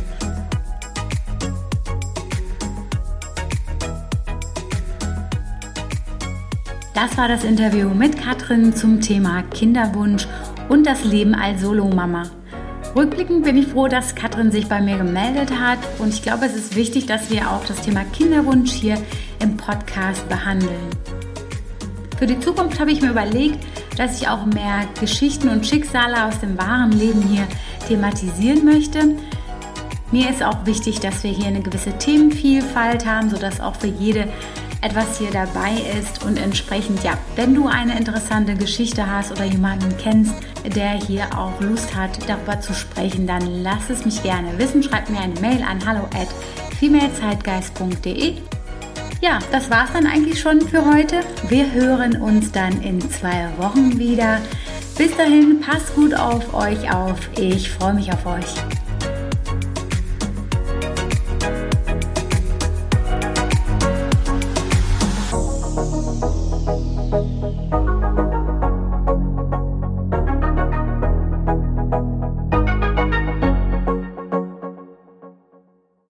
Speaker 1: Das war das Interview mit Katrin zum Thema Kinderwunsch und das Leben als Solomama. Rückblickend bin ich froh, dass Katrin sich bei mir gemeldet hat und ich glaube, es ist wichtig, dass wir auch das Thema Kinderwunsch hier im Podcast behandeln. Für die Zukunft habe ich mir überlegt, dass ich auch mehr Geschichten und Schicksale aus dem wahren Leben hier thematisieren möchte. Mir ist auch wichtig, dass wir hier eine gewisse Themenvielfalt haben, sodass auch für jede etwas hier dabei ist und entsprechend, ja, wenn du eine interessante Geschichte hast oder jemanden kennst, der hier auch Lust hat, darüber zu sprechen, dann lass es mich gerne wissen. Schreib mir eine Mail an hallo@femalezeitgeist.de. Ja, das war's dann eigentlich schon für heute. Wir hören uns dann in 2 Wochen wieder. Bis dahin, passt gut auf euch auf. Ich freue mich auf euch.